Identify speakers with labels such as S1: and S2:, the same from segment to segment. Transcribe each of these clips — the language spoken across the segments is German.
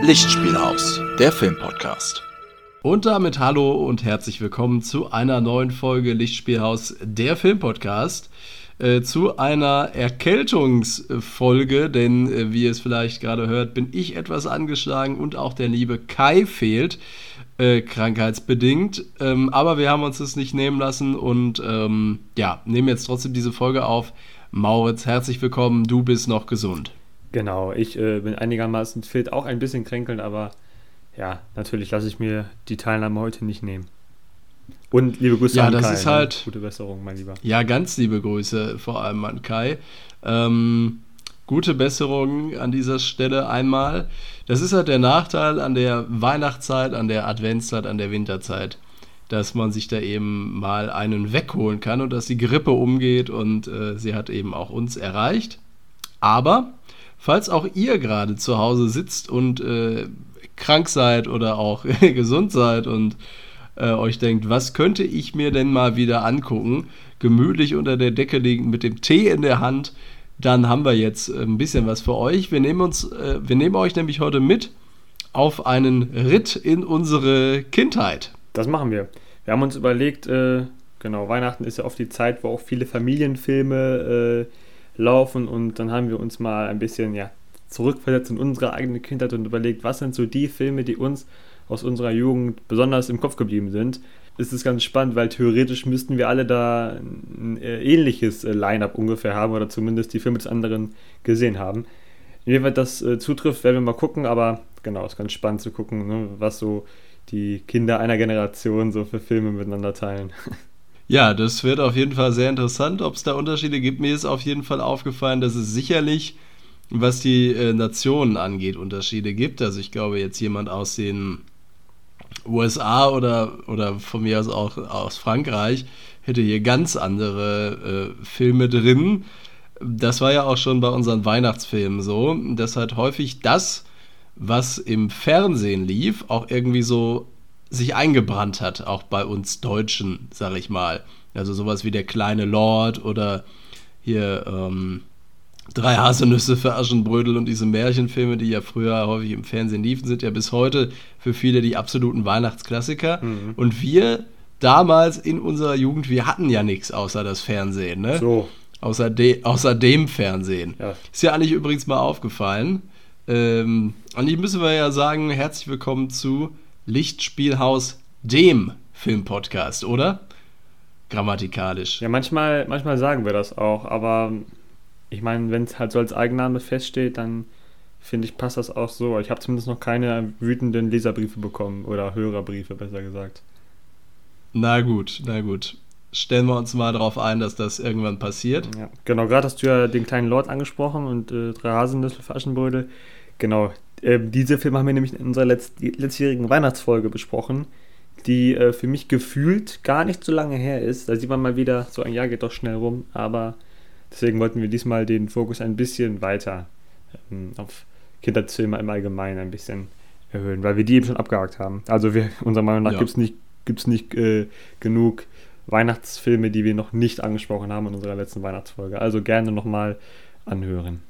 S1: Lichtspielhaus, der Filmpodcast. Und damit hallo und herzlich willkommen zu einer neuen Folge Lichtspielhaus, der Filmpodcast. Zu einer Erkältungsfolge, denn wie ihr es vielleicht gerade hört, bin ich etwas angeschlagen und auch der liebe Kai fehlt, krankheitsbedingt. Aber wir haben uns das nicht nehmen lassen und nehmen jetzt trotzdem diese Folge auf. Mauritz, herzlich willkommen, du bist noch gesund.
S2: Genau, ich bin einigermaßen fit, auch ein bisschen kränkelnd, aber ja, natürlich lasse ich mir die Teilnahme heute nicht nehmen. Und liebe Grüße an Kai. Ja, das ist halt gute Besserung, mein Lieber.
S1: Ja, ganz liebe Grüße, vor allem an Kai. Gute Besserung an dieser Stelle einmal. Das ist halt der Nachteil an der Weihnachtszeit, an der Adventszeit, an der Winterzeit, dass man sich da eben mal einen wegholen kann und dass die Grippe umgeht und sie hat eben auch uns erreicht. Aber falls auch ihr gerade zu Hause sitzt und krank seid oder auch gesund seid und euch denkt, was könnte ich mir denn mal wieder angucken, gemütlich unter der Decke liegend mit dem Tee in der Hand, dann haben wir jetzt ein bisschen was für euch. Wir nehmen euch nämlich heute mit auf einen Ritt in unsere Kindheit.
S2: Das machen wir. Wir haben uns überlegt, Weihnachten ist ja oft die Zeit, wo auch viele Familienfilme laufen, und dann haben wir uns mal ein bisschen zurückversetzt in unsere eigene Kindheit und überlegt, was sind so die Filme, die uns aus unserer Jugend besonders im Kopf geblieben sind. Es ist ganz spannend, weil theoretisch müssten wir alle da ein ähnliches Line-Up ungefähr haben oder zumindest die Filme des anderen gesehen haben. Inwieweit das zutrifft, werden wir mal gucken, aber genau, es ist ganz spannend zu gucken, ne, was so die Kinder einer Generation so für Filme miteinander teilen.
S1: Ja, das wird auf jeden Fall sehr interessant, ob es da Unterschiede gibt. Mir ist auf jeden Fall aufgefallen, dass es sicherlich, was die Nationen angeht, Unterschiede gibt. Also ich glaube, jetzt jemand aus den USA oder von mir aus auch aus Frankreich hätte hier ganz andere Filme drin. Das war ja auch schon bei unseren Weihnachtsfilmen so, dass halt häufig das, was im Fernsehen lief, auch irgendwie so sich eingebrannt hat, auch bei uns Deutschen, sag ich mal. Also sowas wie Der kleine Lord oder hier Drei Haselnüsse für Aschenbrödel und diese Märchenfilme, die ja früher häufig im Fernsehen liefen, sind ja bis heute für viele die absoluten Weihnachtsklassiker. Mhm. Und wir damals in unserer Jugend, wir hatten ja nichts außer das Fernsehen, ne?
S2: So.
S1: Außer dem Fernsehen. Ja. Ist ja eigentlich übrigens mal aufgefallen. Und hier müssen wir ja sagen, herzlich willkommen zu Lichtspielhaus, dem Filmpodcast, oder? Grammatikalisch.
S2: Ja, manchmal sagen wir das auch, aber ich meine, wenn es halt so als Eigenname feststeht, dann finde ich, passt das auch so. Ich habe zumindest noch keine wütenden Leserbriefe bekommen oder Hörerbriefe, besser gesagt.
S1: Na gut. Stellen wir uns mal darauf ein, dass das irgendwann passiert.
S2: Ja, genau, gerade hast du ja den kleinen Lord angesprochen und Drei Haselnüsse für Aschenbrödel. Genau, diese Filme haben wir nämlich in unserer letztjährigen Weihnachtsfolge besprochen, die für mich gefühlt gar nicht so lange her ist. Da sieht man mal wieder, so ein Jahr geht doch schnell rum, aber deswegen wollten wir diesmal den Fokus ein bisschen weiter auf Kindheitsfilme im Allgemeinen ein bisschen erhöhen, weil wir die eben schon abgehakt haben. Also unserer Meinung nach gibt es nicht genug Weihnachtsfilme, die wir noch nicht angesprochen haben in unserer letzten Weihnachtsfolge. Also gerne nochmal anhören.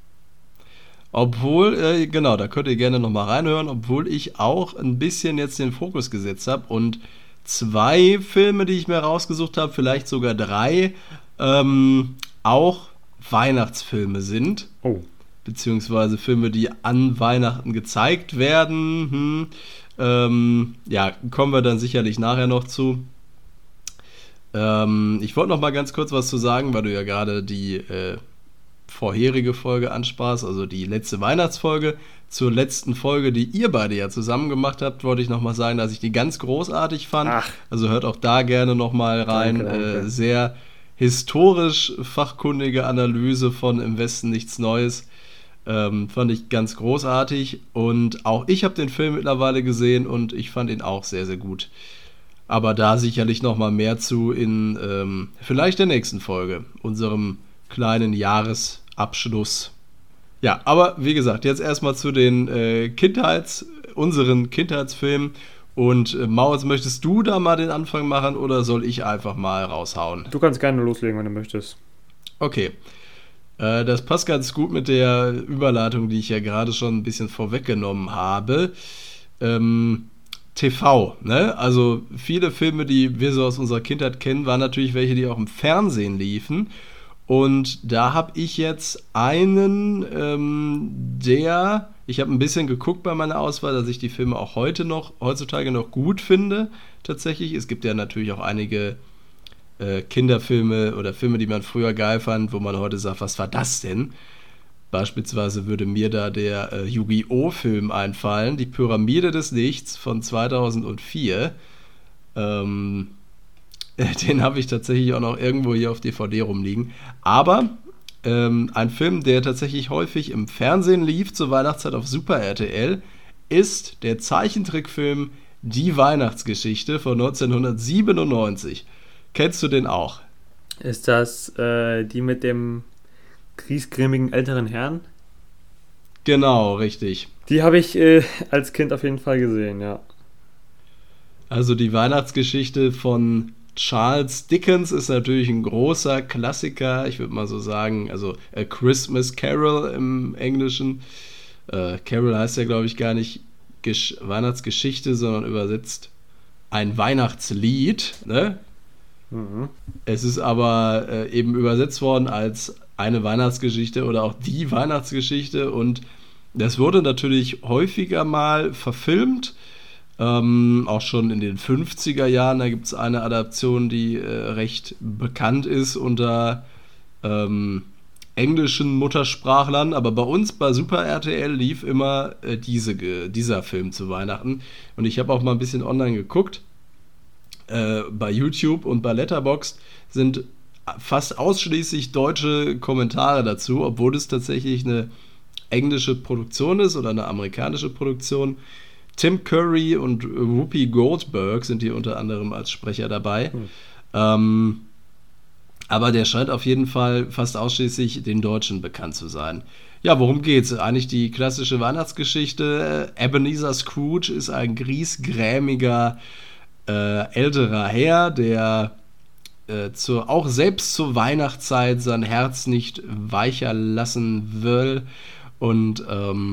S1: Obwohl, da könnt ihr gerne nochmal reinhören, obwohl ich auch ein bisschen jetzt den Fokus gesetzt habe und 2 Filme, die ich mir rausgesucht habe, vielleicht sogar 3, auch Weihnachtsfilme sind.
S2: Oh.
S1: Beziehungsweise Filme, die an Weihnachten gezeigt werden. Kommen wir dann sicherlich nachher noch zu. Ich wollte noch mal ganz kurz was zu sagen, weil du ja gerade die vorherige Folge ansprachst, also die letzte Weihnachtsfolge. Zur letzten Folge, die ihr beide ja zusammen gemacht habt, wollte ich noch mal sagen, dass ich die ganz großartig fand. Also hört auch da gerne noch mal rein. Danke. Sehr historisch fachkundige Analyse von Im Westen nichts Neues. Fand ich ganz großartig. Und auch ich habe den Film mittlerweile gesehen und ich fand ihn auch sehr, sehr gut. Aber da sicherlich noch mal mehr zu in vielleicht der nächsten Folge, unserem kleinen Jahresabschluss. Ja, aber wie gesagt, jetzt erstmal zu den unseren Kindheitsfilmen. Und Maus, möchtest du da mal den Anfang machen oder soll ich einfach mal raushauen?
S2: Du kannst gerne loslegen, wenn du möchtest.
S1: Okay. Das passt ganz gut mit der Überleitung, die ich ja gerade schon ein bisschen vorweggenommen habe. TV, ne? Also viele Filme, die wir so aus unserer Kindheit kennen, waren natürlich welche, die auch im Fernsehen liefen. Und da habe ich jetzt einen, ich habe ein bisschen geguckt bei meiner Auswahl, dass ich die Filme auch heutzutage noch gut finde, tatsächlich. Es gibt ja natürlich auch einige Kinderfilme oder Filme, die man früher geil fand, wo man heute sagt, was war das denn? Beispielsweise würde mir da der Yu-Gi-Oh! Film einfallen, Die Pyramide des Nichts von 2004. Ähm, Den habe ich tatsächlich auch noch irgendwo hier auf DVD rumliegen. Aber ein Film, der tatsächlich häufig im Fernsehen lief zur Weihnachtszeit auf Super RTL, ist der Zeichentrickfilm Die Weihnachtsgeschichte von 1997. Kennst du den auch?
S2: Ist das die mit dem griesgrämigen älteren Herrn?
S1: Genau, richtig.
S2: Die habe ich als Kind auf jeden Fall gesehen, ja.
S1: Also die Weihnachtsgeschichte von Charles Dickens ist natürlich ein großer Klassiker. Ich würde mal so sagen, also A Christmas Carol im Englischen. Carol heißt ja, glaube ich, gar nicht Weihnachtsgeschichte, sondern übersetzt ein Weihnachtslied. Ne?
S2: Mhm.
S1: Es ist aber eben übersetzt worden als eine Weihnachtsgeschichte oder auch die Weihnachtsgeschichte. Und das wurde natürlich häufiger mal verfilmt. Auch schon in den 50er Jahren, da gibt es eine Adaption, die recht bekannt ist unter englischen Muttersprachlern, aber bei uns bei Super RTL lief immer dieser Film zu Weihnachten. Und ich habe auch mal ein bisschen online geguckt. Bei YouTube und bei Letterboxd sind fast ausschließlich deutsche Kommentare dazu, obwohl es tatsächlich eine englische Produktion ist oder eine amerikanische Produktion. Tim Curry und Whoopi Goldberg sind hier unter anderem als Sprecher dabei. Aber der scheint auf jeden Fall fast ausschließlich den Deutschen bekannt zu sein. Ja, worum geht's? Eigentlich die klassische Weihnachtsgeschichte. Ebenezer Scrooge ist ein griesgrämiger älterer Herr, der auch selbst zur Weihnachtszeit sein Herz nicht weicher lassen will. Und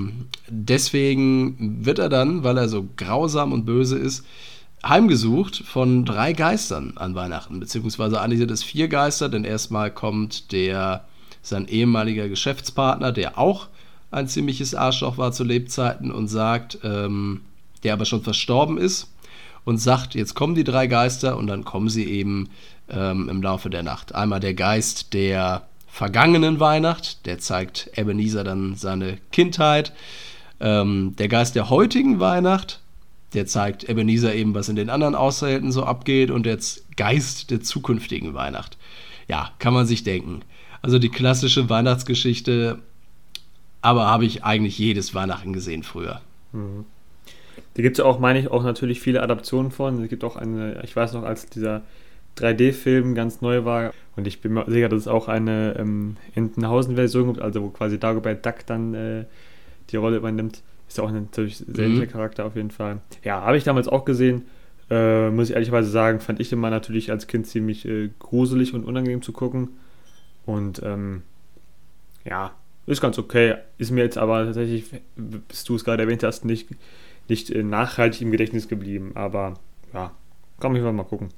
S1: deswegen wird er dann, weil er so grausam und böse ist, heimgesucht von 3 Geistern an Weihnachten. Beziehungsweise eigentlich sind es 4 Geister, denn erstmal kommt sein ehemaliger Geschäftspartner, der auch ein ziemliches Arschloch war zu Lebzeiten und sagt, der aber schon verstorben ist, und sagt, jetzt kommen die 3 Geister und dann kommen sie eben im Laufe der Nacht. Einmal der Geist der vergangenen Weihnacht, der zeigt Ebenezer dann seine Kindheit. Der Geist der heutigen Weihnacht, der zeigt Ebenezer eben, was in den anderen Außerwelten so abgeht, und der Geist der zukünftigen Weihnacht. Ja, kann man sich denken. Also die klassische Weihnachtsgeschichte, aber habe ich eigentlich jedes Weihnachten gesehen früher.
S2: Mhm. Da gibt es ja auch, meine ich, auch natürlich viele Adaptionen von. Es gibt auch eine, ich weiß noch, als dieser 3D-Film ganz neu war, und ich bin mir sicher, dass es auch eine Entenhausen-Version gibt, also wo quasi Dagobert Duck dann die Rolle übernimmt. Ist ja auch ein natürlich sehr ähnlicher Charakter auf jeden Fall. Ja, habe ich damals auch gesehen. Muss ich ehrlicherweise sagen, fand ich immer natürlich als Kind ziemlich gruselig und unangenehm zu gucken. Und ja, ist ganz okay. Ist mir jetzt aber tatsächlich, bis du es gerade erwähnt hast, nicht nachhaltig im Gedächtnis geblieben. Aber ja, kann man mal gucken.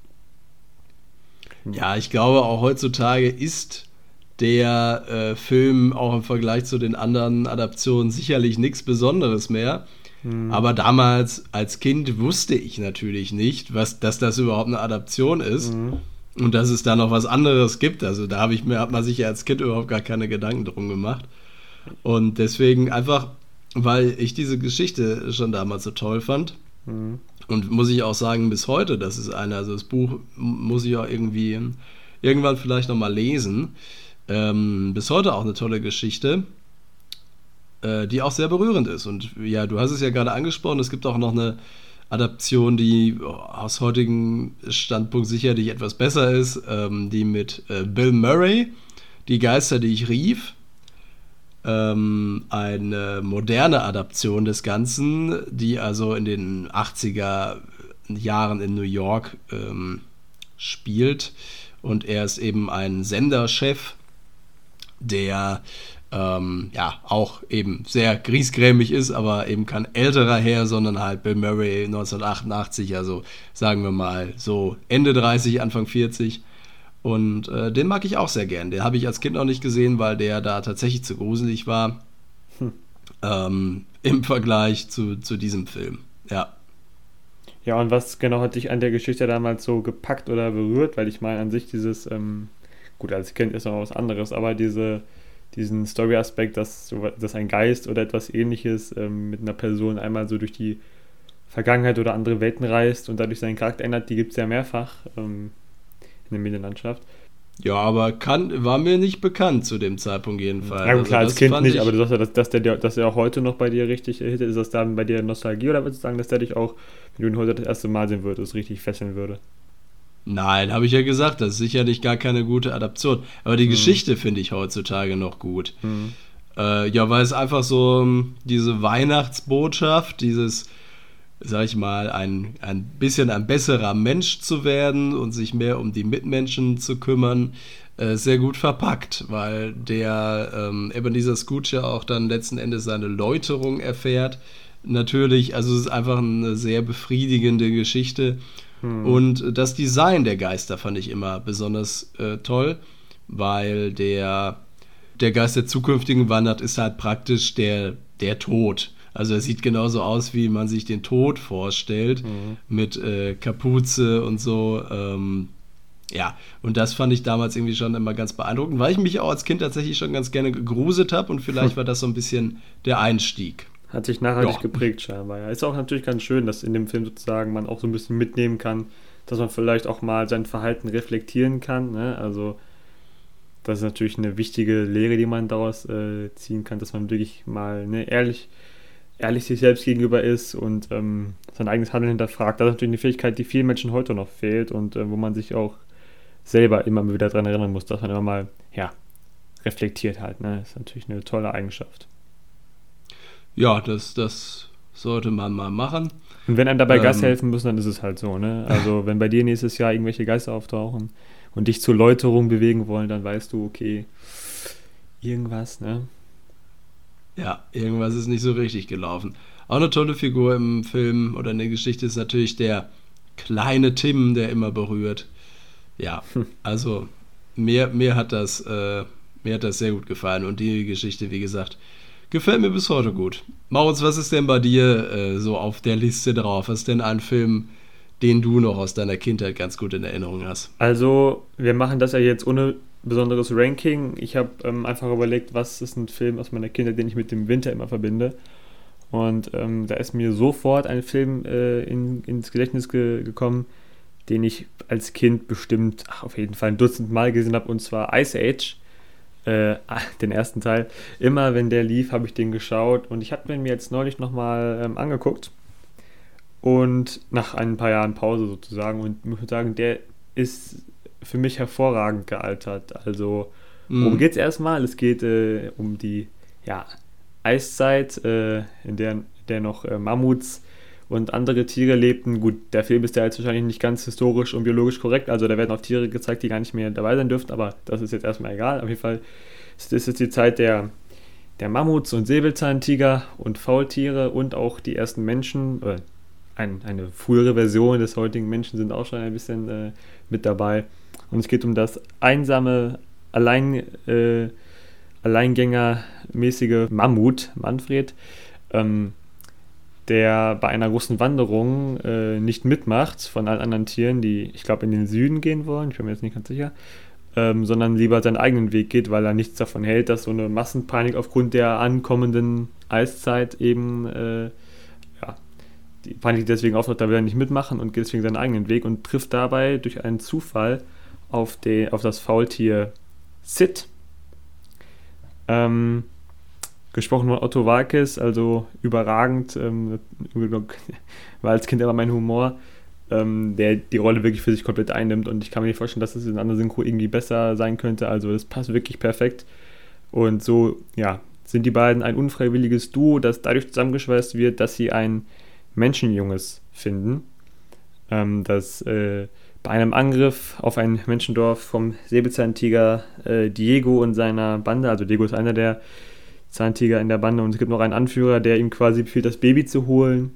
S1: Ja, ich glaube, auch heutzutage ist der Film auch im Vergleich zu den anderen Adaptionen sicherlich nichts Besonderes mehr. Aber damals als Kind wusste ich natürlich nicht, dass das überhaupt eine Adaption ist und dass es da noch was anderes gibt. Also da hat man sich ja als Kind überhaupt gar keine Gedanken drum gemacht. Und deswegen einfach, weil ich diese Geschichte schon damals so toll fand, und muss ich auch sagen, bis heute, also das Buch muss ich auch irgendwann vielleicht nochmal lesen. Bis heute auch eine tolle Geschichte, die auch sehr berührend ist. Und ja, du hast es ja gerade angesprochen, es gibt auch noch eine Adaption, die aus heutigem Standpunkt sicherlich etwas besser ist, die mit Bill Murray, Die Geister, die ich rief. Eine moderne Adaption des Ganzen, die also in den 80er Jahren in New York spielt. Und er ist eben ein Senderchef der auch eben sehr griesgrämig ist, aber eben kein älterer Herr, sondern halt Bill Murray 1988, also sagen wir mal so Ende 30, Anfang 40. Und den mag ich auch sehr gern. Den habe ich als Kind noch nicht gesehen, weil der da tatsächlich zu gruselig war. Im Vergleich zu diesem Film. Ja.
S2: Ja, und was genau hat dich an der Geschichte damals so gepackt oder berührt? Weil ich meine, an sich dieses, gut, als Kind ist noch was anderes, aber diesen Story-Aspekt, dass ein Geist oder etwas Ähnliches mit einer Person einmal so durch die Vergangenheit oder andere Welten reist und dadurch seinen Charakter ändert, die gibt es ja mehrfach in der Medienlandschaft.
S1: Ja, aber war mir nicht bekannt zu dem Zeitpunkt jedenfalls.
S2: Ja, klar,
S1: Also
S2: als Kind nicht, aber du sagst ja, dass der auch heute noch bei dir richtig hittet. Ist das dann bei dir Nostalgie oder würdest du sagen, dass der dich auch, wenn du ihn heute das erste Mal sehen würdest, richtig fesseln würde?
S1: Nein, habe ich ja gesagt, das ist sicherlich gar keine gute Adaption. Aber die Geschichte finde ich heutzutage noch gut. Weil es einfach so diese Weihnachtsbotschaft, dieses, sag ich mal, ein bisschen ein besserer Mensch zu werden und sich mehr um die Mitmenschen zu kümmern, sehr gut verpackt, weil der Ebenezer Scrooge ja auch dann letzten Endes seine Läuterung erfährt. Natürlich, also es ist einfach eine sehr befriedigende Geschichte. Und das Design der Geister fand ich immer besonders toll, weil der Geist der Zukünftigen wandert, ist halt praktisch der Tod. Also er sieht genauso aus, wie man sich den Tod vorstellt, mit Kapuze und so. Und das fand ich damals irgendwie schon immer ganz beeindruckend, weil ich mich auch als Kind tatsächlich schon ganz gerne gegruselt habe und vielleicht war das so ein bisschen der Einstieg.
S2: Hat sich nachhaltig geprägt scheinbar. Ja. Ist auch natürlich ganz schön, dass in dem Film sozusagen man auch so ein bisschen mitnehmen kann, dass man vielleicht auch mal sein Verhalten reflektieren kann. Ne? Also das ist natürlich eine wichtige Lehre, die man daraus ziehen kann, dass man wirklich mal ehrlich sich selbst gegenüber ist und sein eigenes Handeln hinterfragt. Das ist natürlich eine Fähigkeit, die vielen Menschen heute noch fehlt und wo man sich auch selber immer wieder daran erinnern muss, dass man immer mal reflektiert halt. Ne? Das ist natürlich eine tolle Eigenschaft.
S1: Ja, das sollte man mal machen.
S2: Und wenn einem dabei Geister helfen müssen, dann ist es halt so, ne? Also wenn bei dir nächstes Jahr irgendwelche Geister auftauchen und dich zur Läuterung bewegen wollen, dann weißt du, okay, irgendwas, ne?
S1: Ja, irgendwas ist nicht so richtig gelaufen. Auch eine tolle Figur im Film oder in der Geschichte ist natürlich der kleine Tim, der immer berührt. Ja, also mir hat das sehr gut gefallen und die Geschichte, wie gesagt, gefällt mir bis heute gut. Maurits, was ist denn bei dir so auf der Liste drauf? Was ist denn ein Film, den du noch aus deiner Kindheit ganz gut in Erinnerung hast?
S2: Also, wir machen das ja jetzt ohne besonderes Ranking. Ich habe einfach überlegt, was ist ein Film aus meiner Kindheit, den ich mit dem Winter immer verbinde. Und da ist mir sofort ein Film ins Gedächtnis gekommen, den ich als Kind bestimmt auf jeden Fall ein Dutzend Mal gesehen habe, und zwar Ice Age. Den ersten Teil. Immer wenn der lief, habe ich den geschaut und ich habe mir jetzt neulich nochmal angeguckt und nach ein paar Jahren Pause sozusagen und muss sagen, der ist für mich hervorragend gealtert. Also worum geht es erstmal? Es geht um die Eiszeit, in der noch Mammuts und andere Tiere lebten. Gut, der Film ist ja jetzt wahrscheinlich nicht ganz historisch und biologisch korrekt, also da werden auch Tiere gezeigt, die gar nicht mehr dabei sein dürften, aber das ist jetzt erstmal egal. Auf jeden Fall ist es die Zeit der Mammuts und Säbelzahntiger und Faultiere und auch die ersten Menschen, eine frühere Version des heutigen Menschen sind auch schon ein bisschen mit dabei. Und es geht um das einsame, alleingängermäßige Mammut, Manfred, der bei einer großen Wanderung nicht mitmacht von allen anderen Tieren, die, ich glaube, in den Süden gehen wollen, ich bin mir jetzt nicht ganz sicher, sondern lieber seinen eigenen Weg geht, weil er nichts davon hält, dass so eine Massenpanik aufgrund der ankommenden Eiszeit eben, die Panik deswegen auftritt, da will er nicht mitmachen und geht deswegen seinen eigenen Weg und trifft dabei durch einen Zufall auf das Faultier Sid. Gesprochen von Otto Waalkes, also überragend, war als Kind immer mein Humor, der die Rolle wirklich für sich komplett einnimmt und ich kann mir nicht vorstellen, dass es in einer Synchro irgendwie besser sein könnte, also das passt wirklich perfekt und so, sind die beiden ein unfreiwilliges Duo, das dadurch zusammengeschweißt wird, dass sie ein Menschenjunges finden, das bei einem Angriff auf ein Menschendorf vom Säbelzahntiger Diego und seiner Bande. Also Diego ist einer der Zahntiger in der Bande und es gibt noch einen Anführer, der ihm quasi befiehlt, das Baby zu holen.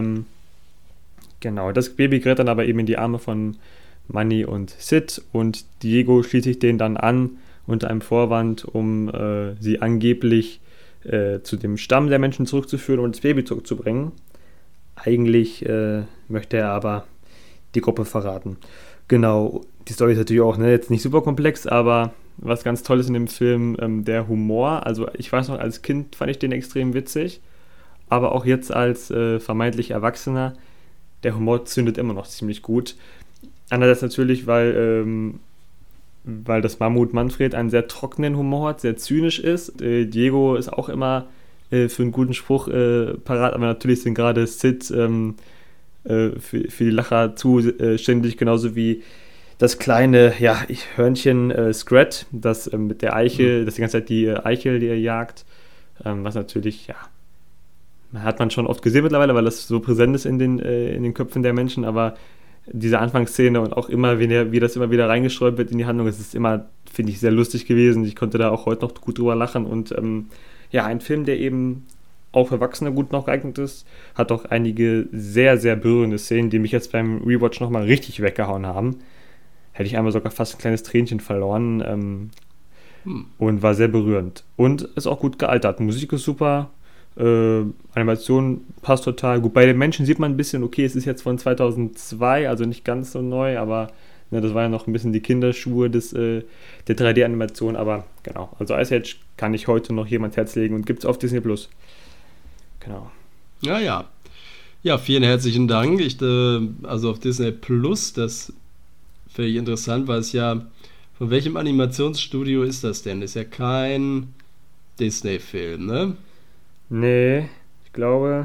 S2: Genau, das Baby gerät dann aber eben in die Arme von Manny und Sid und Diego schließt sich denen dann an unter einem Vorwand, um sie angeblich zu dem Stamm der Menschen zurückzuführen und das Baby zurückzubringen. Eigentlich möchte er aber die Gruppe verraten. Genau, die Story ist natürlich auch jetzt nicht super komplex, aber was ganz toll ist in dem Film, der Humor. Also ich weiß noch, als Kind fand ich den extrem witzig, aber auch jetzt als vermeintlich Erwachsener, der Humor zündet immer noch ziemlich gut. Einerseits natürlich, weil das Mammut Manfred einen sehr trockenen Humor hat, sehr zynisch ist. Diego ist auch immer für einen guten Spruch parat, aber natürlich sind gerade Sid für die Lacher zuständig, genauso wie das kleine Hörnchen Scrat, das mit der Eichel, das die ganze Zeit die Eichel jagt, was natürlich, hat man schon oft gesehen mittlerweile, weil das so präsent ist in den Köpfen der Menschen, aber diese Anfangsszene und auch immer, wie das immer wieder reingestreut wird in die Handlung, es ist immer, finde ich, sehr lustig gewesen. Ich konnte da auch heute noch gut drüber lachen und ein Film, der eben auch für Erwachsene gut noch geeignet ist, hat auch einige sehr, sehr berührende Szenen, die mich jetzt beim Rewatch nochmal richtig weggehauen haben. Hätte ich einmal sogar fast ein kleines Tränchen verloren und war sehr berührend. Und ist auch gut gealtert. Musik ist super, Animation passt total gut. Bei den Menschen sieht man ein bisschen, okay, es ist jetzt von 2002, also nicht ganz so neu, aber das war ja noch ein bisschen die Kinderschuhe der 3D-Animation, aber genau. Also Ice Age kann ich heute noch jedem ans Herz legen und gibt es auf Disney+. Genau.
S1: Ja. Ja, vielen herzlichen Dank. Also auf Disney Plus, das finde ich interessant, weil es ja, von welchem Animationsstudio ist das denn? Ist ja kein Disney-Film, ne?
S2: Nee, ich glaube,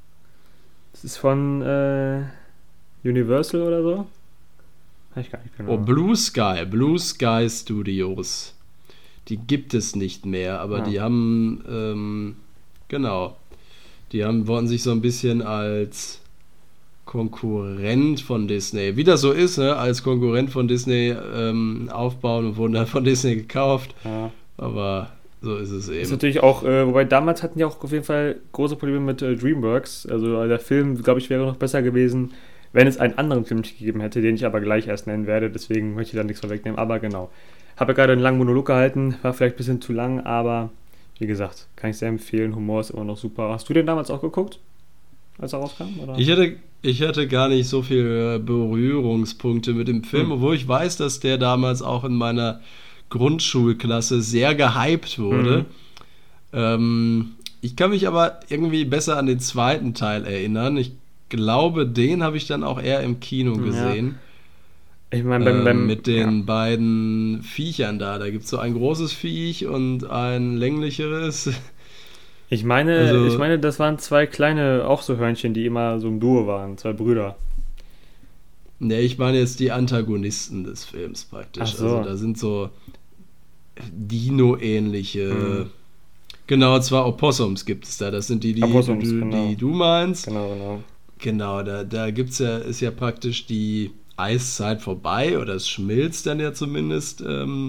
S2: es ist von Universal oder so. Weiß ich gar nicht genau.
S1: Oh, Blue Sky Studios. Die gibt es nicht mehr, aber die haben, wollten sich so ein bisschen als Konkurrent von Disney, wie das so ist, ne, als Konkurrent von Disney aufbauen und wurden dann von Disney gekauft. Ja. Aber so ist es eben.
S2: Ist natürlich auch, wobei damals hatten die auch auf jeden Fall große Probleme mit DreamWorks. Also der Film, glaube ich, wäre noch besser gewesen, wenn es einen anderen Film gegeben hätte, den ich aber gleich erst nennen werde. Deswegen möchte ich da nichts vorwegnehmen. Aber genau. Habe ja gerade einen langen Monolog gehalten, war vielleicht ein bisschen zu lang, aber wie gesagt, kann ich sehr empfehlen. Humor ist immer noch super. Hast du den damals auch geguckt, als er rauskam? Oder?
S1: Ich hatte gar nicht so viele Berührungspunkte mit dem Film, obwohl ich weiß, dass der damals auch in meiner Grundschulklasse sehr gehypt wurde. Ich kann mich aber irgendwie besser an den zweiten Teil erinnern. Ich glaube, den habe ich dann auch eher im Kino gesehen.
S2: Ich meine,
S1: mit den beiden Viechern da. Da gibt es so ein großes Viech und ein länglicheres.
S2: Ich meine, das waren zwei kleine, auch so Hörnchen, die immer so im Duo waren, zwei Brüder.
S1: Ne, ich meine jetzt die Antagonisten des Films praktisch.
S2: Ach so.
S1: Also da sind so Dino-ähnliche. Genau, zwar Opossums gibt es da. Das sind die du meinst.
S2: Genau.
S1: Genau, da gibt's ist ja praktisch die Eiszeit vorbei, oder es schmilzt dann ja zumindest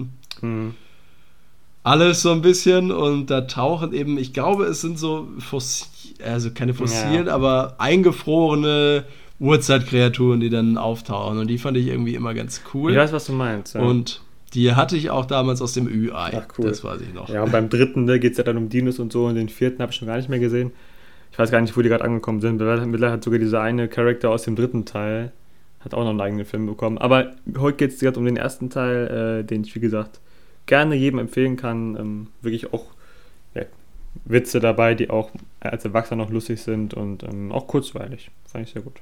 S1: alles so ein bisschen, und da tauchen eben, ich glaube, es sind so also keine Fossilien, aber eingefrorene Urzeitkreaturen, die dann auftauchen, und die fand ich irgendwie immer ganz cool.
S2: Ich weiß, was du meinst. Ja.
S1: Und die hatte ich auch damals aus dem Ü-Ei.
S2: Ach, cool.
S1: Das weiß ich noch.
S2: Ja, und beim dritten geht es ja dann um Dinos und so, und den vierten habe ich schon gar nicht mehr gesehen. Ich weiß gar nicht, wo die gerade angekommen sind. Mittlerweile hat sogar dieser eine Charakter aus dem dritten Teil hat auch noch einen eigenen Film bekommen. Aber heute geht es gerade um den ersten Teil, den ich, wie gesagt, gerne jedem empfehlen kann. Wirklich auch Witze dabei, die auch als Erwachsener noch lustig sind und auch kurzweilig. Fand ich sehr gut.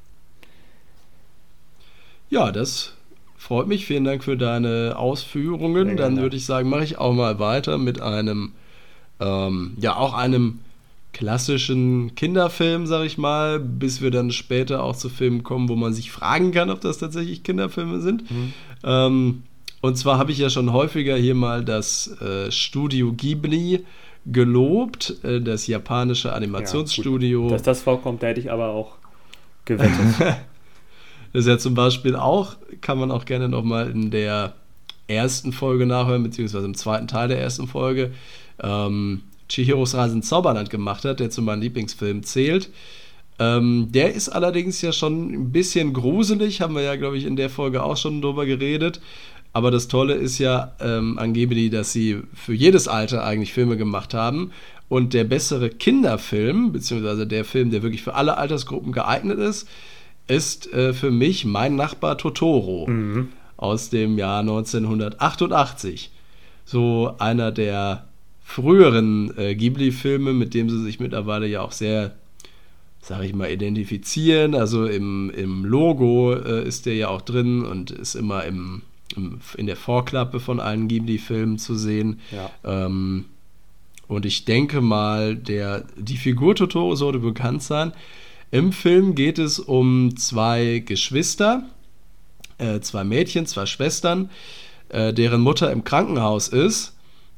S1: Ja, das freut mich. Vielen Dank für deine Ausführungen. Dann würde ich sagen, mache ich auch mal weiter mit einem, auch einem klassischen Kinderfilm, sag ich mal, bis wir dann später auch zu Filmen kommen, wo man sich fragen kann, ob das tatsächlich Kinderfilme sind. Und zwar habe ich ja schon häufiger hier mal das Studio Ghibli gelobt, das japanische Animationsstudio.
S2: Dass das vorkommt, da hätte ich aber auch gewettet.
S1: Das ist ja zum Beispiel auch, kann man auch gerne nochmal in der ersten Folge nachhören, beziehungsweise im zweiten Teil der ersten Folge, Chihiros Reise ins Zauberland gemacht hat, der zu meinen Lieblingsfilmen zählt. Der ist allerdings ja schon ein bisschen gruselig, haben wir ja, glaube ich, in der Folge auch schon drüber geredet. Aber das Tolle ist ja an Ghibli, dass sie für jedes Alter eigentlich Filme gemacht haben. Und der bessere Kinderfilm, beziehungsweise der Film, der wirklich für alle Altersgruppen geeignet ist für mich Mein Nachbar Totoro aus dem Jahr 1988. So einer der früheren Ghibli-Filme, mit dem sie sich mittlerweile ja auch sehr, sag ich mal, identifizieren. Also im Logo ist der ja auch drin und ist immer in der Vorklappe von allen Ghibli-Filmen zu sehen. Ja. Und ich denke mal, die Figur Totoro sollte bekannt sein. Im Film geht es um zwei Geschwister, zwei Mädchen, zwei Schwestern, deren Mutter im Krankenhaus ist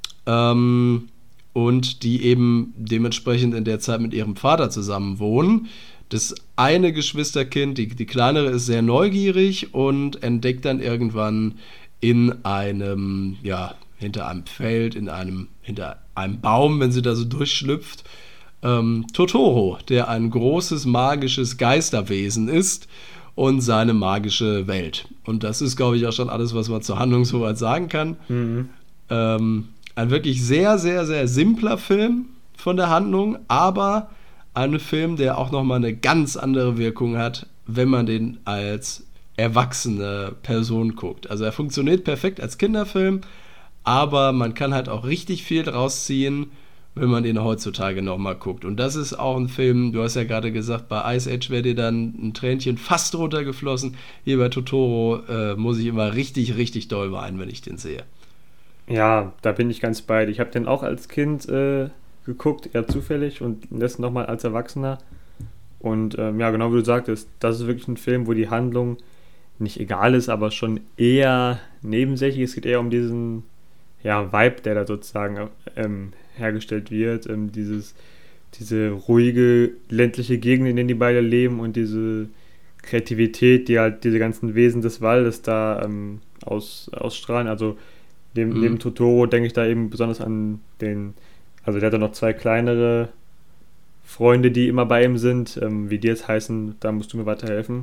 S1: und die eben dementsprechend in der Zeit mit ihrem Vater zusammen wohnen. Das eine Geschwisterkind, die kleinere, ist sehr neugierig und entdeckt dann irgendwann in einem, ja, hinter einem Feld, hinter einem Baum, wenn sie da so durchschlüpft, Totoro, der ein großes magisches Geisterwesen ist und seine magische Welt. Und das ist, glaube ich, auch schon alles, was man zur Handlung soweit sagen kann. Ein wirklich sehr, sehr, sehr simpler Film von der Handlung, aber ein Film, der auch nochmal eine ganz andere Wirkung hat, wenn man den als erwachsene Person guckt. Also er funktioniert perfekt als Kinderfilm, aber man kann halt auch richtig viel draus ziehen, wenn man den heutzutage nochmal guckt. Und das ist auch ein Film, du hast ja gerade gesagt, bei Ice Age wäre dir dann ein Tränchen fast runtergeflossen. Hier bei Totoro muss ich immer richtig, richtig doll weinen, wenn ich den sehe.
S2: Ja, da bin ich ganz bei dir. Ich habe den auch als Kind geguckt, eher zufällig, und das nochmal als Erwachsener. Und ja, genau wie du sagtest, das ist wirklich ein Film, wo die Handlung nicht egal ist, aber schon eher nebensächlich. Es geht eher um diesen Vibe, der da sozusagen hergestellt wird. Diese ruhige ländliche Gegend, in der die beide leben, und diese Kreativität, die halt diese ganzen Wesen des Waldes da ausstrahlen. Also neben Totoro denke ich da eben besonders an also der hat ja noch zwei kleinere Freunde, die immer bei ihm sind, wie die jetzt heißen, da musst du mir weiterhelfen.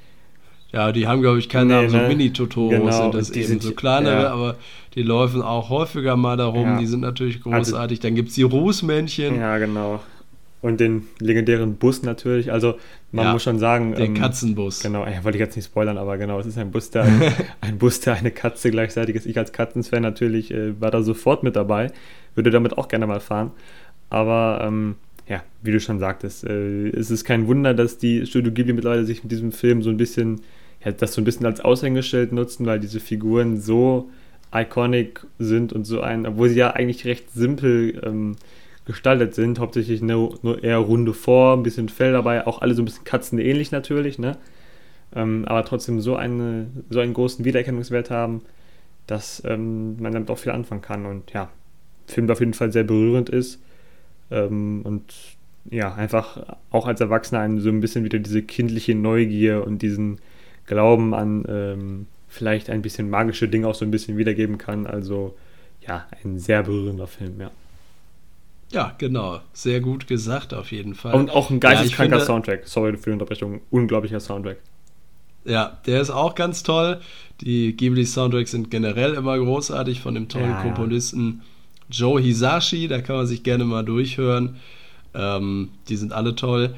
S1: Die haben, glaube ich, keinen Namen, so Mini-Totoros
S2: genau,
S1: sind das eben, so kleinere, aber die laufen auch häufiger mal darum, die sind natürlich großartig. Dann gibt es die Rußmännchen.
S2: Ja, genau. Und den legendären Bus natürlich, also man muss schon sagen...
S1: Der Katzenbus.
S2: Genau, wollte ich jetzt nicht spoilern, aber genau, es ist ein Bus, der eine Katze gleichzeitig ist. Ich als Katzenfan natürlich war da sofort mit dabei, würde damit auch gerne mal fahren, aber... wie du schon sagtest, es ist kein Wunder, dass die Studio Ghibli mittlerweile sich mit diesem Film so ein bisschen als Aushängeschild nutzen, weil diese Figuren so iconic sind und obwohl sie ja eigentlich recht simpel gestaltet sind, hauptsächlich nur eher runde Form, ein bisschen Fell dabei, auch alle so ein bisschen katzenähnlich natürlich, ne? Aber trotzdem so einen großen Wiedererkennungswert haben, dass man damit auch viel anfangen kann und ja, Film auf jeden Fall sehr berührend ist. Und ja, einfach auch als Erwachsener einen so ein bisschen wieder diese kindliche Neugier und diesen Glauben an vielleicht ein bisschen magische Dinge auch so ein bisschen wiedergeben kann. Also ja, ein sehr berührender Film, ja.
S1: Ja, genau. Sehr gut gesagt, auf jeden Fall.
S2: Und auch ein geisteskranker Soundtrack. Sorry für die Unterbrechung. Unglaublicher Soundtrack.
S1: Ja, der ist auch ganz toll. Die Ghibli-Soundtracks sind generell immer großartig von dem tollen Komponisten Joe Hisashi. Da kann man sich gerne mal durchhören. Die sind alle toll.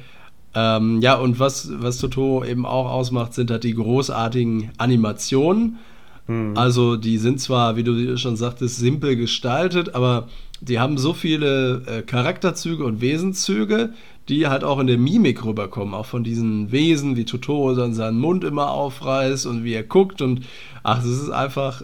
S1: Und was Totoro eben auch ausmacht, sind halt die großartigen Animationen. Also die sind zwar, wie du schon sagtest, simpel gestaltet, aber die haben so viele Charakterzüge und Wesenszüge, die halt auch in der Mimik rüberkommen, auch von diesen Wesen, wie Totoro dann seinen Mund immer aufreißt und wie er guckt, und es ist einfach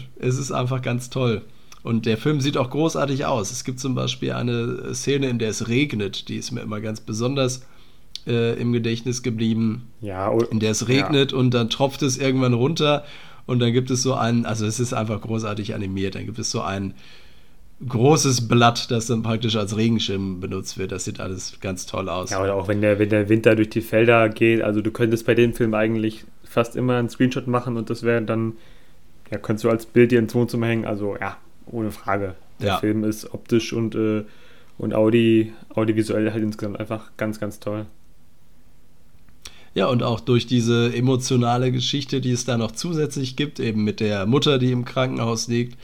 S1: ganz toll. Und der Film sieht auch großartig aus. Es gibt zum Beispiel eine Szene, in der es regnet, die ist mir immer ganz besonders im Gedächtnis geblieben, in der es regnet und dann tropft es irgendwann runter und dann gibt es es ist einfach großartig animiert, dann gibt es so ein großes Blatt, das dann praktisch als Regenschirm benutzt wird. Das sieht alles ganz toll aus.
S2: Ja, oder auch wenn der Winter durch die Felder geht, also du könntest bei dem Film eigentlich fast immer einen Screenshot machen und das wäre dann, ja, könntest du als Bild dir ins Wohnzimmer hängen, also ja, ohne Frage. Der Film ist optisch und audiovisuell halt insgesamt einfach ganz, ganz toll.
S1: Ja, und auch durch diese emotionale Geschichte, die es da noch zusätzlich gibt, eben mit der Mutter, die im Krankenhaus liegt,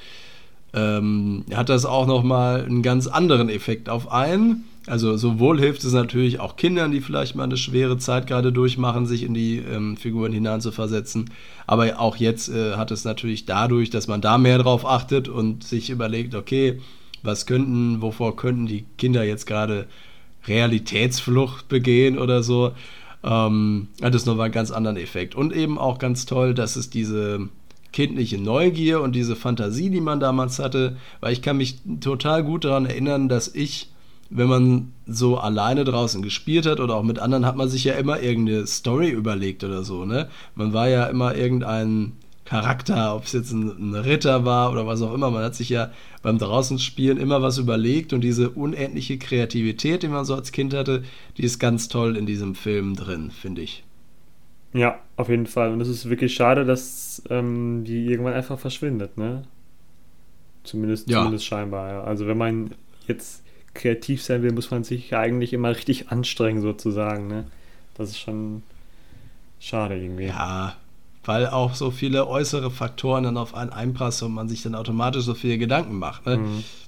S1: hat das auch nochmal einen ganz anderen Effekt auf einen. Also sowohl hilft es natürlich auch Kindern, die vielleicht mal eine schwere Zeit gerade durchmachen, sich in die Figuren hineinzuversetzen. Aber auch jetzt hat es natürlich dadurch, dass man da mehr drauf achtet und sich überlegt, okay, wovor könnten die Kinder jetzt gerade Realitätsflucht begehen oder so, hat es nochmal einen ganz anderen Effekt. Und eben auch ganz toll, dass es diese kindliche Neugier und diese Fantasie, die man damals hatte, weil ich kann mich total gut daran erinnern, dass ich, wenn man so alleine draußen gespielt hat oder auch mit anderen, hat man sich ja immer irgendeine Story überlegt oder so, ne? Man war ja immer irgendein Charakter, ob es jetzt ein Ritter war oder was auch immer. Man hat sich ja beim Draußenspielen immer was überlegt und diese unendliche Kreativität, die man so als Kind hatte, die ist ganz toll in diesem Film drin, finde ich.
S2: Ja, auf jeden Fall. Und es ist wirklich schade, dass die irgendwann einfach verschwindet, ne? Zumindest scheinbar, ja. Also wenn man jetzt kreativ sein will, muss man sich ja eigentlich immer richtig anstrengen, sozusagen, ne? Das ist schon schade irgendwie.
S1: Ja, weil auch so viele äußere Faktoren dann auf einen einprassen und man sich dann automatisch so viele Gedanken macht, ne?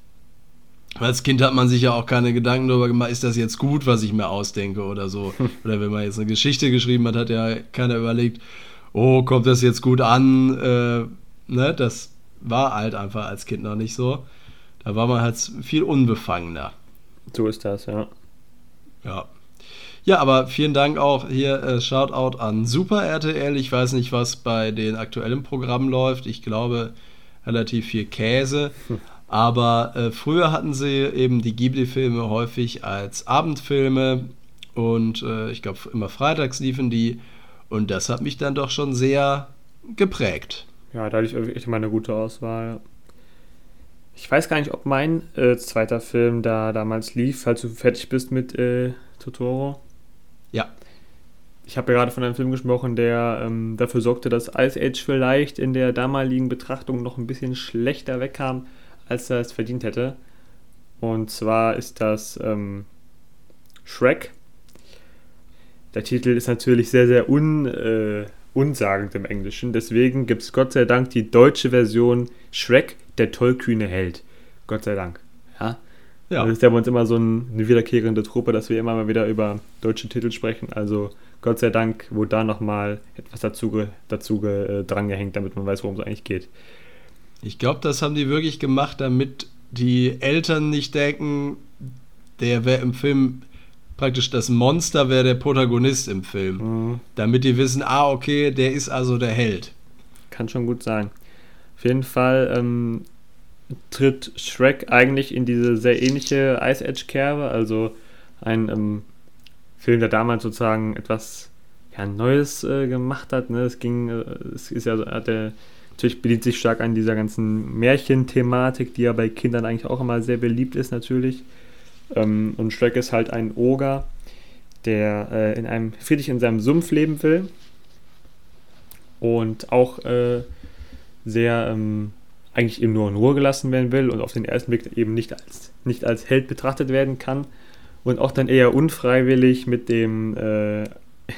S1: Als Kind hat man sich ja auch keine Gedanken darüber gemacht, ist das jetzt gut, was ich mir ausdenke oder so. Oder wenn man jetzt eine Geschichte geschrieben hat, hat ja keiner überlegt, oh, kommt das jetzt gut an? Ne? Das war halt einfach als Kind noch nicht so. Da war man halt viel unbefangener.
S2: So ist das, ja.
S1: Ja. Ja, aber vielen Dank auch hier, Shoutout an Super RTL. Ich weiß nicht, was bei den aktuellen Programmen läuft. Ich glaube, relativ viel Käse. Aber früher hatten sie eben die Ghibli-Filme häufig als Abendfilme und ich glaube immer freitags liefen die und das hat mich dann doch schon sehr geprägt.
S2: Ja, da hatte ich echt mal eine gute Auswahl. Ich weiß gar nicht, ob mein zweiter Film da damals lief, falls du fertig bist mit Totoro.
S1: Ja.
S2: Ich habe ja gerade von einem Film gesprochen, der dafür sorgte, dass Ice Age vielleicht in der damaligen Betrachtung noch ein bisschen schlechter wegkam, als er es verdient hätte. Und zwar ist das Shrek. Der Titel ist natürlich sehr, sehr unsagend im Englischen. Deswegen gibt es Gott sei Dank die deutsche Version Shrek, der tollkühne Held. Gott sei Dank. Ja. Das ist ja bei uns immer so eine wiederkehrende Truppe, dass wir immer mal wieder über deutsche Titel sprechen. Also Gott sei Dank wurde da nochmal etwas dazu drangehängt, damit man weiß, worum es eigentlich geht.
S1: Ich glaube, das haben die wirklich gemacht, damit die Eltern nicht denken, der wäre im Film praktisch das Monster, wäre der Protagonist im Film. Mhm. Damit die wissen, okay, der ist also der Held.
S2: Kann schon gut sein. Auf jeden Fall tritt Shrek eigentlich in diese sehr ähnliche Ice Age-Kerbe, also ein Film, der damals sozusagen etwas Neues gemacht hat. Ne? Natürlich bedient sich stark an dieser ganzen Märchenthematik, die ja bei Kindern eigentlich auch immer sehr beliebt ist natürlich. Und Shrek ist halt ein Oger, der friedlich in seinem Sumpf leben will und auch sehr eigentlich eben nur in Ruhe gelassen werden will und auf den ersten Blick eben nicht als Held betrachtet werden kann und auch dann eher unfreiwillig mit seinem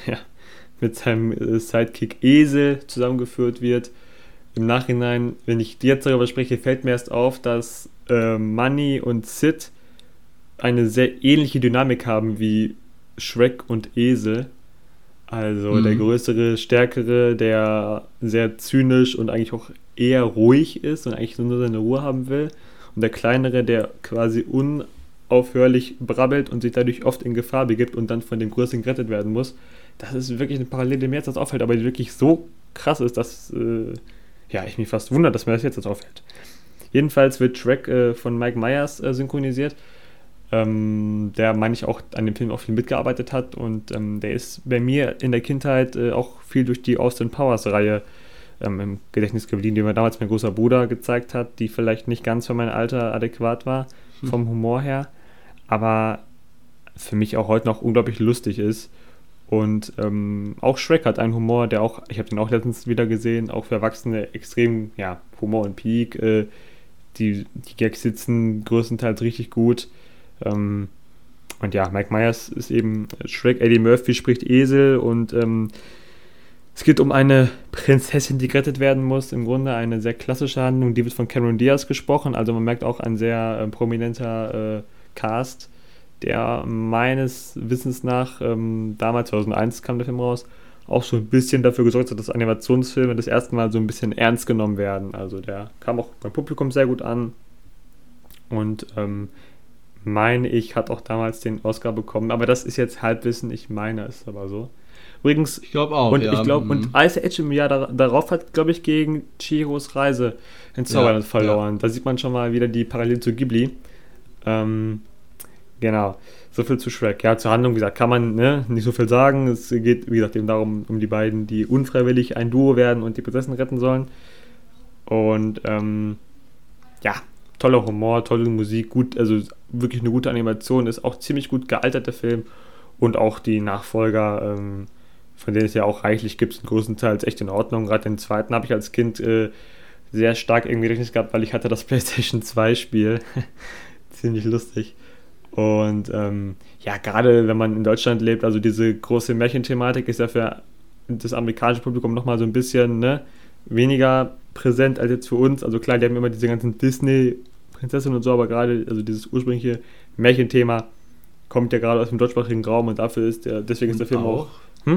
S2: Sidekick Esel zusammengeführt wird. Im Nachhinein, wenn ich jetzt darüber spreche, fällt mir erst auf, dass Manny und Sid eine sehr ähnliche Dynamik haben wie Shrek und Esel. Also der Größere, Stärkere, der sehr zynisch und eigentlich auch eher ruhig ist und eigentlich nur seine Ruhe haben will. Und der Kleinere, der quasi unaufhörlich brabbelt und sich dadurch oft in Gefahr begibt und dann von dem Größeren gerettet werden muss. Das ist wirklich eine Parallele, die mir jetzt auffällt, aber die wirklich so krass ist, dass ich mich fast wundere, dass mir das jetzt auffällt. Jedenfalls wird Shrek von Mike Myers synchronisiert, der, meine ich, auch an dem Film auch viel mitgearbeitet hat und der ist bei mir in der Kindheit auch viel durch die Austin Powers-Reihe im Gedächtnis geblieben, die mir damals mein großer Bruder gezeigt hat, die vielleicht nicht ganz für mein Alter adäquat war, vom Humor her, aber für mich auch heute noch unglaublich lustig ist Und auch Shrek hat einen Humor, der auch, ich habe den auch letztens wieder gesehen, auch für Erwachsene extrem, ja, Humor und Peak. Die Gags sitzen größtenteils richtig gut. Und ja, Mike Myers ist eben Shrek, Eddie Murphy spricht Esel und es geht um eine Prinzessin, die gerettet werden muss. Im Grunde eine sehr klassische Handlung, die wird von Cameron Diaz gesprochen, also man merkt auch ein sehr prominenter Cast, der meines Wissens nach, damals 2001 kam der Film raus, auch so ein bisschen dafür gesorgt hat, dass Animationsfilme das erste Mal so ein bisschen ernst genommen werden. Also der kam auch beim Publikum sehr gut an und meine ich, hat auch damals den Oscar bekommen, aber das ist jetzt Halbwissen, ich meine es aber so. Übrigens,
S1: Ich glaube auch,
S2: und
S1: ja.
S2: ich glaube, und Ice Age im Jahr darauf hat, glaube ich, gegen Chihiros Reise ins Zauberland verloren. Ja. Da sieht man schon mal wieder die Parallele zu Ghibli. Genau, so viel zu Shrek. Ja, zur Handlung, wie gesagt, kann man nicht so viel sagen. Es geht, wie gesagt, eben darum, um die beiden, die unfreiwillig ein Duo werden und die Prinzessin retten sollen. Und ja, toller Humor, tolle Musik, gut, also wirklich eine gute Animation, ist auch ziemlich gut gealtert, der Film. Und auch die Nachfolger, von denen es ja auch reichlich gibt, sind größtenteils echt in Ordnung. Gerade den zweiten habe ich als Kind sehr stark irgendwie Gedächtnis gehabt, weil ich hatte das PlayStation 2 Spiel. Ziemlich lustig. Und ja, gerade wenn man in Deutschland lebt, also diese große Märchenthematik ist ja für das amerikanische Publikum nochmal so ein bisschen weniger präsent als jetzt für uns. Also klar, die haben immer diese ganzen Disney-Prinzessinnen und so, aber gerade also dieses ursprüngliche Märchenthema kommt ja gerade aus dem deutschsprachigen Raum und dafür ist deswegen ist der Film auch.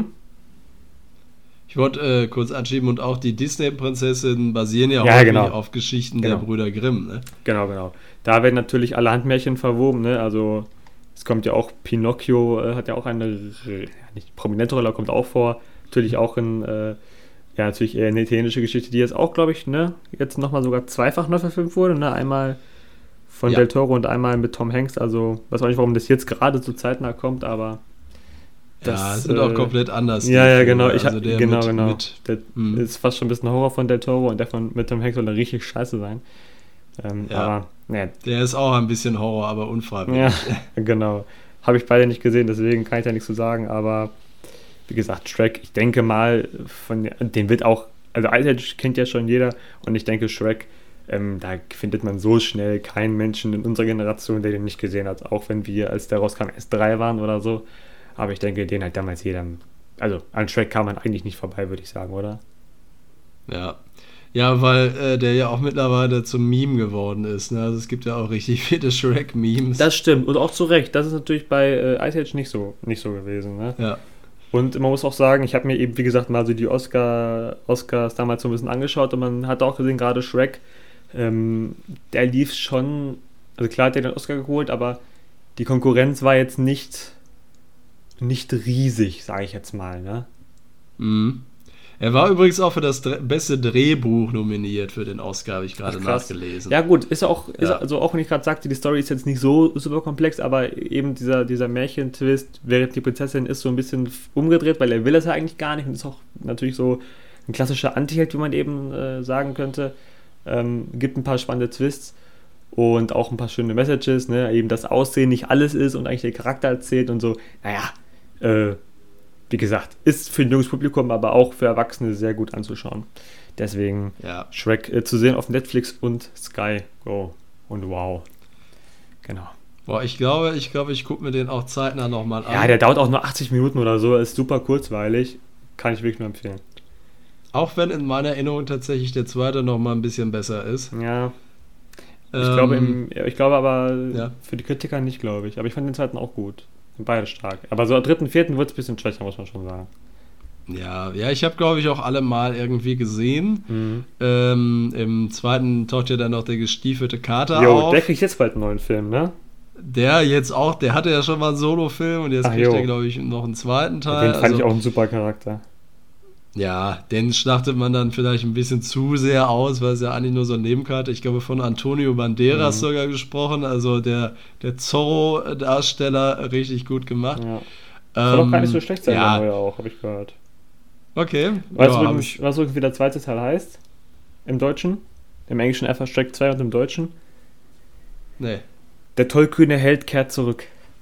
S1: Ich wollte kurz anschieben, und auch die Disney-Prinzessinnen basieren ja
S2: häufig
S1: auf Geschichten der Brüder Grimm, ne?
S2: Genau. Da werden natürlich alle Handmärchen verwoben, ne? Also es kommt ja auch, Pinocchio hat ja auch eine nicht prominente Rolle, kommt auch vor. Natürlich auch natürlich eher eine italienische Geschichte, die jetzt auch, glaube ich, jetzt nochmal sogar zweifach neu verfilmt wurde, ne? Einmal von Del Toro und einmal mit Tom Hanks, also weiß auch nicht, warum das jetzt gerade so zeitnah kommt, aber
S1: das sind auch komplett anders.
S2: Ja, genau.
S1: Genau.
S2: Der ist fast schon ein bisschen Horror von Del Toro und der mit Tom Hanks soll dann richtig scheiße sein. Aber,
S1: der ist auch ein bisschen Horror, aber unfreiwillig.
S2: Ja, genau. Habe ich beide nicht gesehen, deswegen kann ich da nichts zu sagen, aber wie gesagt, Shrek, ich denke mal, den wird auch, also Ice Age kennt ja schon jeder und ich denke, Shrek, da findet man so schnell keinen Menschen in unserer Generation, der den nicht gesehen hat, auch wenn wir, als der rauskam, erst 3 waren oder so. Aber ich denke, den hat damals jeder. Also an Shrek kam man eigentlich nicht vorbei, würde ich sagen, oder?
S1: Ja, weil der ja auch mittlerweile zum Meme geworden ist. Ne? Also es gibt ja auch richtig viele Shrek-Memes.
S2: Das stimmt und auch zu Recht. Das ist natürlich bei Ice Age nicht so gewesen. Ne?
S1: Ja.
S2: Und man muss auch sagen, ich habe mir eben, wie gesagt, mal so die Oscars damals so ein bisschen angeschaut und man hat auch gesehen, gerade Shrek, der lief schon, also klar hat er den Oscar geholt, aber die Konkurrenz war jetzt nicht riesig, sage ich jetzt mal, ne?
S1: Mhm. Er war übrigens auch für das beste Drehbuch nominiert für den Oscar, habe ich gerade nachgelesen.
S2: Ja gut, ist auch, also auch wenn ich gerade sagte, die Story ist jetzt nicht so super komplex, aber eben dieser Märchentwist, während die Prinzessin ist, so ein bisschen umgedreht, weil er will es ja eigentlich gar nicht und ist auch natürlich so ein klassischer Anti-Held, wie man eben sagen könnte. Gibt ein paar spannende Twists und auch ein paar schöne Messages, ne? Eben das Aussehen nicht alles ist und eigentlich der Charakter erzählt und so. Naja, wie gesagt, ist für ein junges Publikum, aber auch für Erwachsene sehr gut anzuschauen. Deswegen Shrek zu sehen auf Netflix und Sky Go und wow. Genau.
S1: Boah, ich glaube, ich gucke mir den auch zeitnah nochmal an.
S2: Ja, der dauert auch nur 80 Minuten oder so, ist super kurzweilig. Kann ich wirklich nur empfehlen.
S1: Auch wenn in meiner Erinnerung tatsächlich der zweite nochmal ein bisschen besser ist.
S2: Ja. Ich glaube aber für die Kritiker nicht, glaube ich. Aber ich fand den zweiten auch gut. Beide stark. Aber so am 3., 4. wird es ein bisschen schwächer, muss man schon sagen.
S1: Ja, ich habe, glaube ich, auch alle mal irgendwie gesehen. Im zweiten taucht ja dann noch der gestiefelte Kater auf.
S2: Der kriegt jetzt bald einen neuen Film, ne?
S1: Der jetzt auch, der hatte ja schon mal einen Solo-Film und jetzt kriegt er, glaube ich, noch einen zweiten Teil.
S2: Den fand ich auch ein super Charakter.
S1: Ja, den schlachtet man dann vielleicht ein bisschen zu sehr aus, weil es ja eigentlich nur so ein Nebenkarte. Ich glaube, von Antonio Banderas sogar gesprochen, also der Zorro-Darsteller, richtig gut gemacht.
S2: Ja. Soll doch gar nicht so schlecht sein, der neue auch, habe ich gehört.
S1: Okay.
S2: Weißt du, wie der zweite Teil heißt? Im Deutschen? Im Englischen einfach Shrek 2 und im Deutschen?
S1: Nee.
S2: Der tollkühne Held kehrt zurück.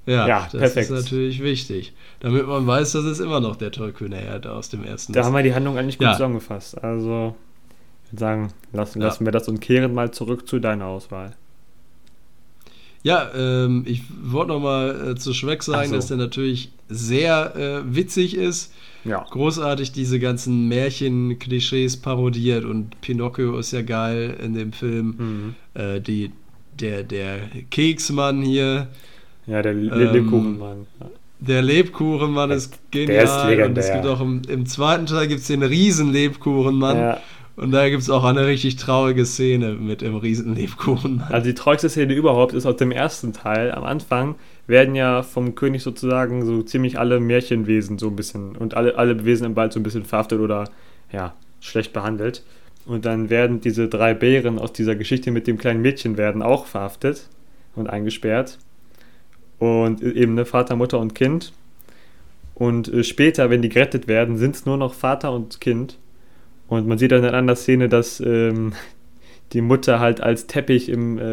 S1: Ja,
S2: Ja,
S1: das
S2: perfekt.
S1: ist natürlich wichtig. Damit man weiß, dass es immer noch der tollkühne Herd aus dem ersten
S2: Da
S1: ist.
S2: haben wir die Handlung eigentlich gut
S1: Ja,
S2: zusammengefasst. Also, ich würde sagen,
S1: ja.
S2: lassen wir das und kehren mal zurück zu deiner Auswahl.
S1: Ja, ich wollte noch mal zu Shrek
S2: Ach
S1: sagen, dass
S2: so,
S1: der natürlich sehr witzig ist,
S2: ja.
S1: großartig diese ganzen Märchen-Klischees parodiert und Pinocchio ist ja geil in dem Film.
S2: Mhm.
S1: Die, der Keksmann hier,
S2: Ja, der
S1: ähm,
S2: Lebkuchenmann.
S1: der Lebkuchenmann
S2: Ja,
S1: ist
S2: der ist
S1: genial und es gibt
S2: legendär.
S1: auch im zweiten Teil gibt's den Riesen-Lebkuchenmann
S2: Ja,
S1: und da gibt es auch eine richtig traurige Szene mit dem Riesen-Lebkuchenmann.
S2: also die traurigste Szene überhaupt ist aus dem ersten Teil. Am Anfang werden ja vom König sozusagen so ziemlich alle Märchenwesen so ein bisschen und alle Wesen im Wald so ein bisschen verhaftet oder ja, schlecht behandelt. Und dann werden diese drei Bären aus dieser Geschichte mit dem kleinen Mädchen werden auch verhaftet und eingesperrt. Und eben ne, Vater, Mutter und Kind. Und später, wenn die gerettet werden, sind es nur noch Vater und Kind. Und man sieht dann in einer Szene, dass die Mutter halt als Teppich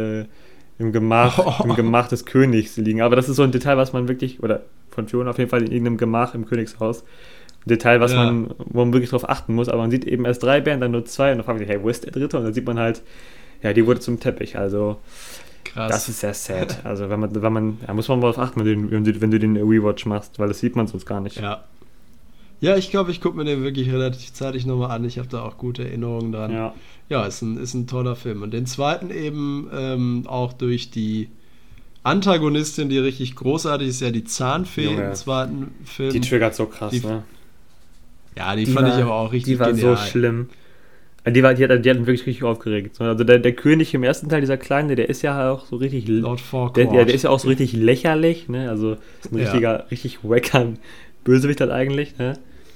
S2: im Gemach des Königs liegen. Aber das ist so ein Detail, was man wirklich, oder von Fiona auf jeden Fall in irgendeinem Gemach im Königshaus, ein Detail,
S1: Ja,
S2: wo man wirklich drauf achten muss. Aber man sieht eben erst drei Bären, dann nur zwei und dann fragt man sich, hey, wo ist der dritte? Und dann sieht man halt, ja, die wurde zum Teppich. Also das
S1: krass.
S2: ist sehr sad. Also ja, muss man mal drauf achten, wenn du den Rewatch machst, weil das sieht man sonst gar nicht.
S1: Ja. Ja, ich glaube, ich gucke mir den wirklich relativ zeitig nochmal an. Ich habe da auch gute Erinnerungen dran.
S2: Ja,
S1: Ja, ist ein toller Film. Und den zweiten eben auch durch die Antagonistin, die richtig großartig ist, ja die Zahnfee im
S2: Junge,
S1: zweiten
S2: die
S1: Film.
S2: triggert so krass,
S1: Die,
S2: ne?
S1: ja, die fand ich aber auch
S2: Die
S1: richtig
S2: war so
S1: genial.
S2: schlimm. Die hat mich wirklich richtig aufgeregt. Also der König im ersten Teil, dieser Kleine, der ist ja auch so richtig,
S1: Lord
S2: der
S1: Farquaad.
S2: ist ja auch so richtig lächerlich, ne? Also ist ein
S1: Ja.
S2: richtig wacker Bösewicht halt eigentlich, ne?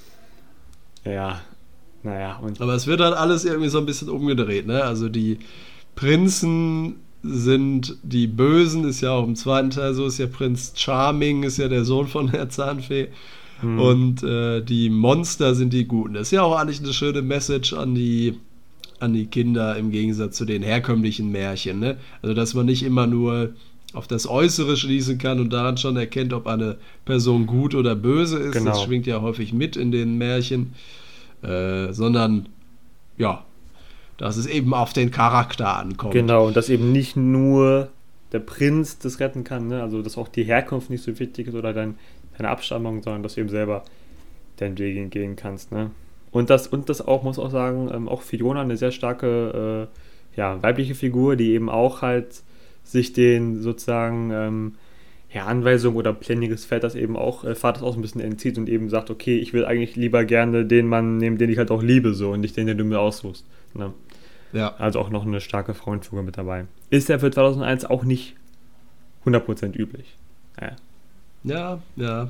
S2: Ja, naja, und
S1: Aber es wird halt alles irgendwie so ein bisschen umgedreht, ne? Also die Prinzen sind die Bösen, ist ja auch im zweiten Teil so, ist ja Prinz Charming, ist ja der Sohn von der Zahnfee.
S2: hm,
S1: Und die Monster sind die Guten. Das ist ja auch eigentlich eine schöne Message an die Kinder im Gegensatz zu den herkömmlichen Märchen. Ne? Also, dass man nicht immer nur auf das Äußere schließen kann und daran schon erkennt, ob eine Person gut oder böse ist. Das
S2: genau.
S1: schwingt ja häufig mit in den Märchen. Sondern, ja, dass es eben auf den Charakter ankommt.
S2: Genau, und dass eben nicht nur der Prinz das retten kann, ne? Also dass auch die Herkunft nicht so wichtig ist oder deine Abstammung, sondern dass du eben selber deinen Weg gehen kannst, ne? Und das auch, muss auch sagen, auch Fiona eine sehr starke, ja, weibliche Figur, die eben auch halt sich den sozusagen, ja, Anweisungen oder Plänen des Vaters eben auch, Vaters auch so ein bisschen entzieht und eben sagt, okay, ich will eigentlich lieber gerne den Mann nehmen, den ich halt auch liebe, so, und nicht den du mir aussuchst, ne?
S1: Ja.
S2: Also auch noch eine starke Frauenfigur mit dabei. Ist ja für 2001 auch nicht 100% üblich. Ja.
S1: Ja, ja.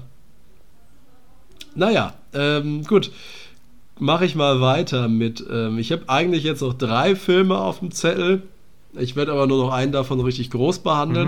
S1: Naja, gut. Mache ich mal weiter mit. Ich habe eigentlich jetzt noch 3 Filme auf dem Zettel. Ich werde aber nur noch einen davon richtig groß behandeln.
S2: Mhm.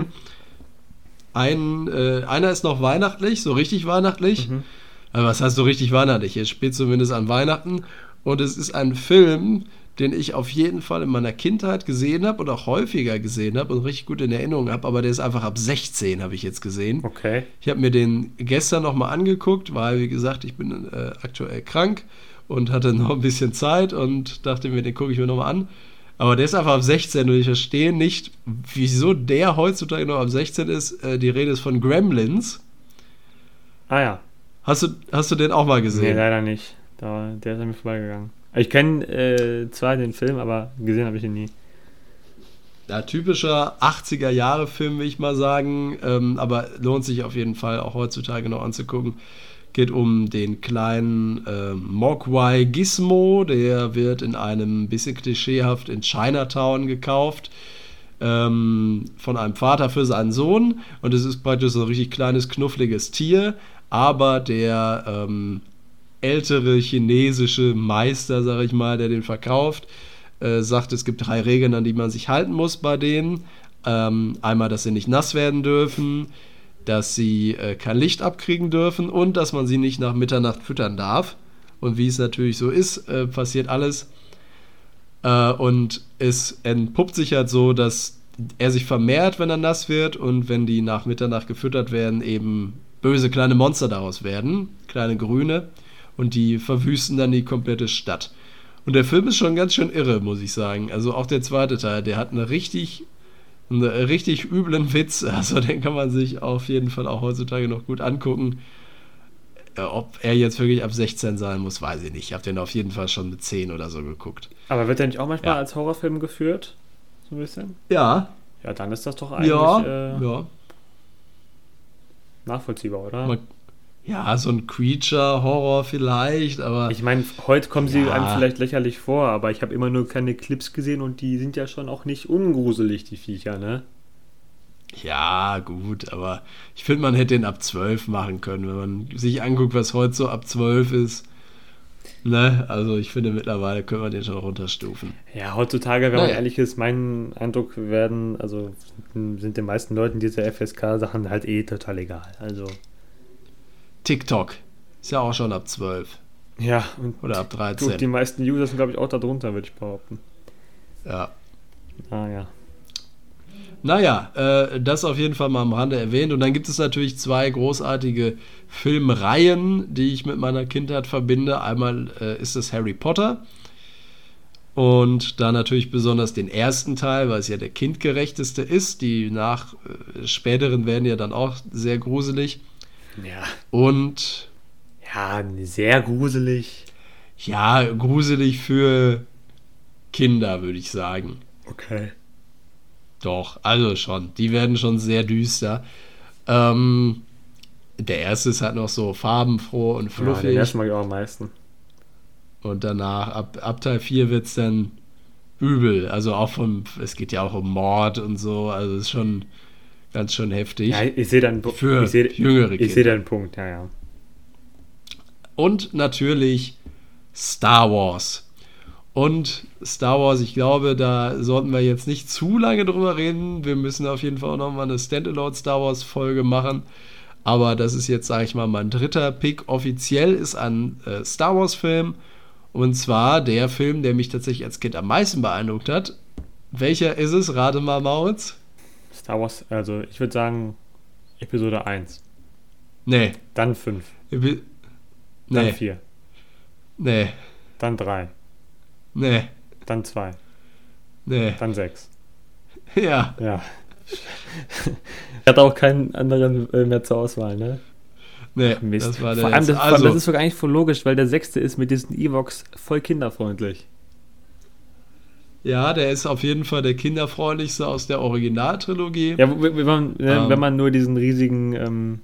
S1: Einer ist noch weihnachtlich, so richtig weihnachtlich.
S2: Mhm.
S1: Aber was heißt so richtig weihnachtlich? Es spielt zumindest an Weihnachten. Und es ist ein Film, den ich auf jeden Fall in meiner Kindheit gesehen habe und auch häufiger gesehen habe und richtig gut in Erinnerung habe. Aber der ist einfach ab 16, habe ich jetzt gesehen.
S2: Okay.
S1: Ich habe mir den gestern nochmal angeguckt, weil, wie gesagt, ich bin aktuell krank und hatte noch ein bisschen Zeit und dachte mir, den gucke ich mir nochmal an. Aber der ist einfach ab 16 und ich verstehe nicht, wieso der heutzutage noch ab 16 ist. Die Rede ist von Gremlins.
S2: Ah ja.
S1: Hast du den auch mal
S2: Nee,
S1: gesehen?
S2: leider nicht. Der ist an mir vorbeigegangen. Ich kenne zwar den Film, aber gesehen habe ich ihn nie.
S1: Ja, typischer 80er-Jahre-Film, will ich mal sagen. Aber lohnt sich auf jeden Fall auch heutzutage noch anzugucken. Geht um den kleinen Mogwai Gizmo. Der wird in einem bisschen klischeehaft in Chinatown gekauft. Von einem Vater für seinen Sohn. Und es ist praktisch so ein richtig kleines, knuffliges Tier. Aber der ältere chinesische Meister, sag ich mal, der den verkauft, sagt, es gibt 3 Regeln, an die man sich halten muss bei denen. Einmal, dass sie nicht nass werden dürfen, dass sie kein Licht abkriegen dürfen und dass man sie nicht nach Mitternacht füttern darf. Und wie es natürlich so ist, passiert alles. Und es entpuppt sich halt so, dass er sich vermehrt, wenn er nass wird und wenn die nach Mitternacht gefüttert werden, eben böse kleine Monster daraus werden, kleine Grüne, und die verwüsten dann die komplette Stadt. Und der Film ist schon ganz schön irre, muss ich sagen. Also auch der zweite Teil, der hat einen richtig üblen Witz. Also den kann man sich auf jeden Fall auch heutzutage noch gut angucken. Ob er jetzt wirklich ab 16 sein muss, weiß ich nicht. Ich habe den auf jeden Fall schon mit 10 oder so geguckt.
S2: Aber wird der nicht auch manchmal als Horrorfilm geführt? So ein bisschen?
S1: Ja.
S2: Ja, dann ist das doch eigentlich
S1: ja.
S2: nachvollziehbar, oder?
S1: Ja, so ein Creature-Horror vielleicht, aber...
S2: Ich meine, heute kommen sie einem vielleicht lächerlich vor, aber ich habe immer nur keine Clips gesehen und die sind ja schon auch nicht ungruselig, die Viecher, ne?
S1: Ja, gut, aber ich finde, man hätte den ab 12 machen können, wenn man sich anguckt, was heute so ab 12 ist. Ne, also ich finde, mittlerweile können wir den schon runterstufen.
S2: Ja, heutzutage, wenn man ehrlich ist, mein Eindruck sind den meisten Leuten diese FSK-Sachen halt total egal. Also
S1: TikTok ist ja auch schon ab 12.
S2: Ja, und
S1: oder ab 13.
S2: Gut, die meisten User sind, glaube ich, auch da drunter, würde ich behaupten.
S1: Ja.
S2: Ja.
S1: Naja, das auf jeden Fall mal am Rande erwähnt. Und dann gibt es natürlich 2 großartige Filmreihen, die ich mit meiner Kindheit verbinde. Einmal ist es Harry Potter und da natürlich besonders den ersten Teil, weil es ja der kindgerechteste ist. Die späteren werden ja dann auch sehr gruselig.
S2: Ja.
S1: Und
S2: ja, sehr gruselig.
S1: Ja, gruselig für Kinder, würde ich sagen.
S2: Okay.
S1: Doch, also schon. Die werden schon sehr düster. Der erste ist halt noch so farbenfroh und fluffig.
S2: Ja, den ersten mag ich auch am meisten.
S1: Und danach, ab Teil 4 wird es dann übel. Also auch es geht ja auch um Mord und so. Also es ist schon ganz schön heftig.
S2: Ja, ich sehe deinen Punkt.
S1: Für jüngere Kinder.
S2: Ich sehe deinen Punkt, ja.
S1: Und natürlich Star Wars. Und Star Wars, ich glaube, da sollten wir jetzt nicht zu lange drüber reden. Wir müssen auf jeden Fall auch nochmal eine Standalone Star Wars Folge machen. Aber das ist jetzt, sage ich mal, mein dritter Pick. Offiziell ist ein Star Wars Film. Und zwar der Film, der mich tatsächlich als Kind am meisten beeindruckt hat. Welcher ist es? Rate mal, Maurits.
S2: Star Wars, also ich würde sagen Episode 1.
S1: Nee.
S2: Dann 5.
S1: Nee.
S2: Dann 4.
S1: Nee.
S2: Dann 3.
S1: Nee.
S2: Dann 2.
S1: Nee.
S2: Dann 6.
S1: Ja.
S2: Ich hatte auch keinen anderen mehr zur Auswahl, ne?
S1: Nee,
S2: Ach, Mist.
S1: das war der
S2: vor allem,
S1: jetzt.
S2: das ist sogar eigentlich voll logisch, weil der 6. ist mit diesen Evox voll kinderfreundlich.
S1: Ja, der ist auf jeden Fall der kinderfreundlichste aus der Originaltrilogie.
S2: Ja, wenn man nur diesen riesigen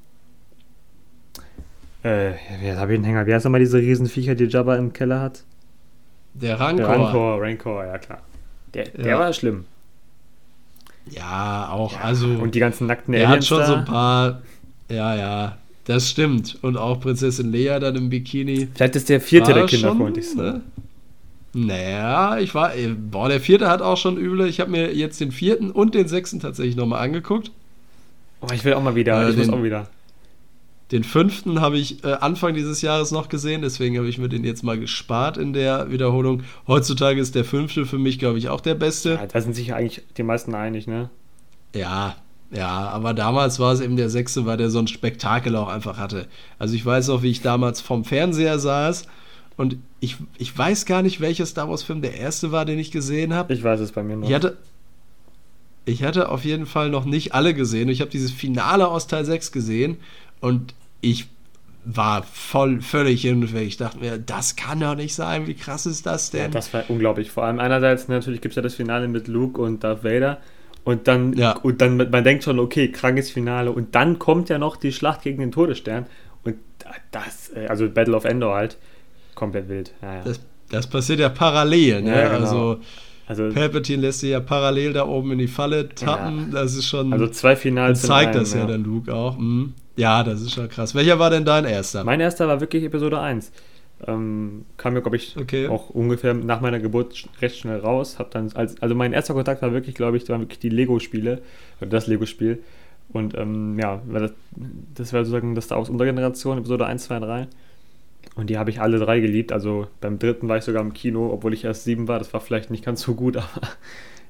S2: wie habe ich den Hänger? Wie heißt nochmal diese Riesenviecher, die Jabba im Keller hat?
S1: Der Rancor.
S2: Rancor, ja klar. Der war schlimm.
S1: Ja, auch,
S2: ja,
S1: also...
S2: Und die ganzen nackten
S1: Aliens. Er hat schon
S2: da.
S1: so ein paar... Ja, das stimmt. Und auch Prinzessin Leia dann im Bikini.
S2: Vielleicht ist der 4. der kinderfreundlichste.
S1: Ne? Naja, der 4. hat auch schon üble. Ich habe mir jetzt den 4. und den 6. tatsächlich nochmal angeguckt.
S2: Oh, ich will auch mal wieder. Ich muss auch wieder.
S1: Den 5. habe ich Anfang dieses Jahres noch gesehen, deswegen habe ich mir den jetzt mal gespart in der Wiederholung. Heutzutage ist der 5. für mich, glaube ich, auch der beste.
S2: Ja, da sind sich ja eigentlich die meisten einig, ne?
S1: Ja, aber damals war es eben der 6., weil der so ein Spektakel auch einfach hatte. Also ich weiß noch, wie ich damals vorm Fernseher saß und ich weiß gar nicht, welcher Star Wars-Film der erste war, den ich gesehen habe.
S2: Ich weiß es bei mir noch.
S1: Ich hatte auf jeden Fall noch nicht alle gesehen. Ich habe dieses Finale aus Teil 6 gesehen und ich war völlig hin und weg. Ich dachte mir, das kann doch nicht sein. Wie krass ist das denn?
S2: Ja, das war unglaublich. Vor allem einerseits natürlich gibt es ja das Finale mit Luke und Darth Vader. Und dann, man denkt schon, okay, krankes Finale. Und dann kommt ja noch die Schlacht gegen den Todesstern. Und das, also Battle of Endor halt, komplett wild. Ja.
S1: Das passiert ja parallel, ne?
S2: Ja, genau.
S1: Also Palpatine lässt sich ja parallel da oben in die Falle tappen. Ja. Das ist schon...
S2: Also 2 Finals
S1: zeigt das ja dann Luke auch. Ja, das ist schon krass. Welcher war denn dein erster?
S2: Mein erster war wirklich Episode 1. Kam mir, glaube ich, auch ungefähr nach meiner Geburt recht schnell raus. Also mein erster Kontakt war wirklich, glaube ich, die Lego-Spiele. Oder das Lego-Spiel. Und das war sozusagen das Star Wars unserer Generation, Episode 1, 2, 3. Und die habe ich alle 3 geliebt. Also beim 3. war ich sogar im Kino, obwohl ich erst 7 war. Das war vielleicht nicht ganz so gut, aber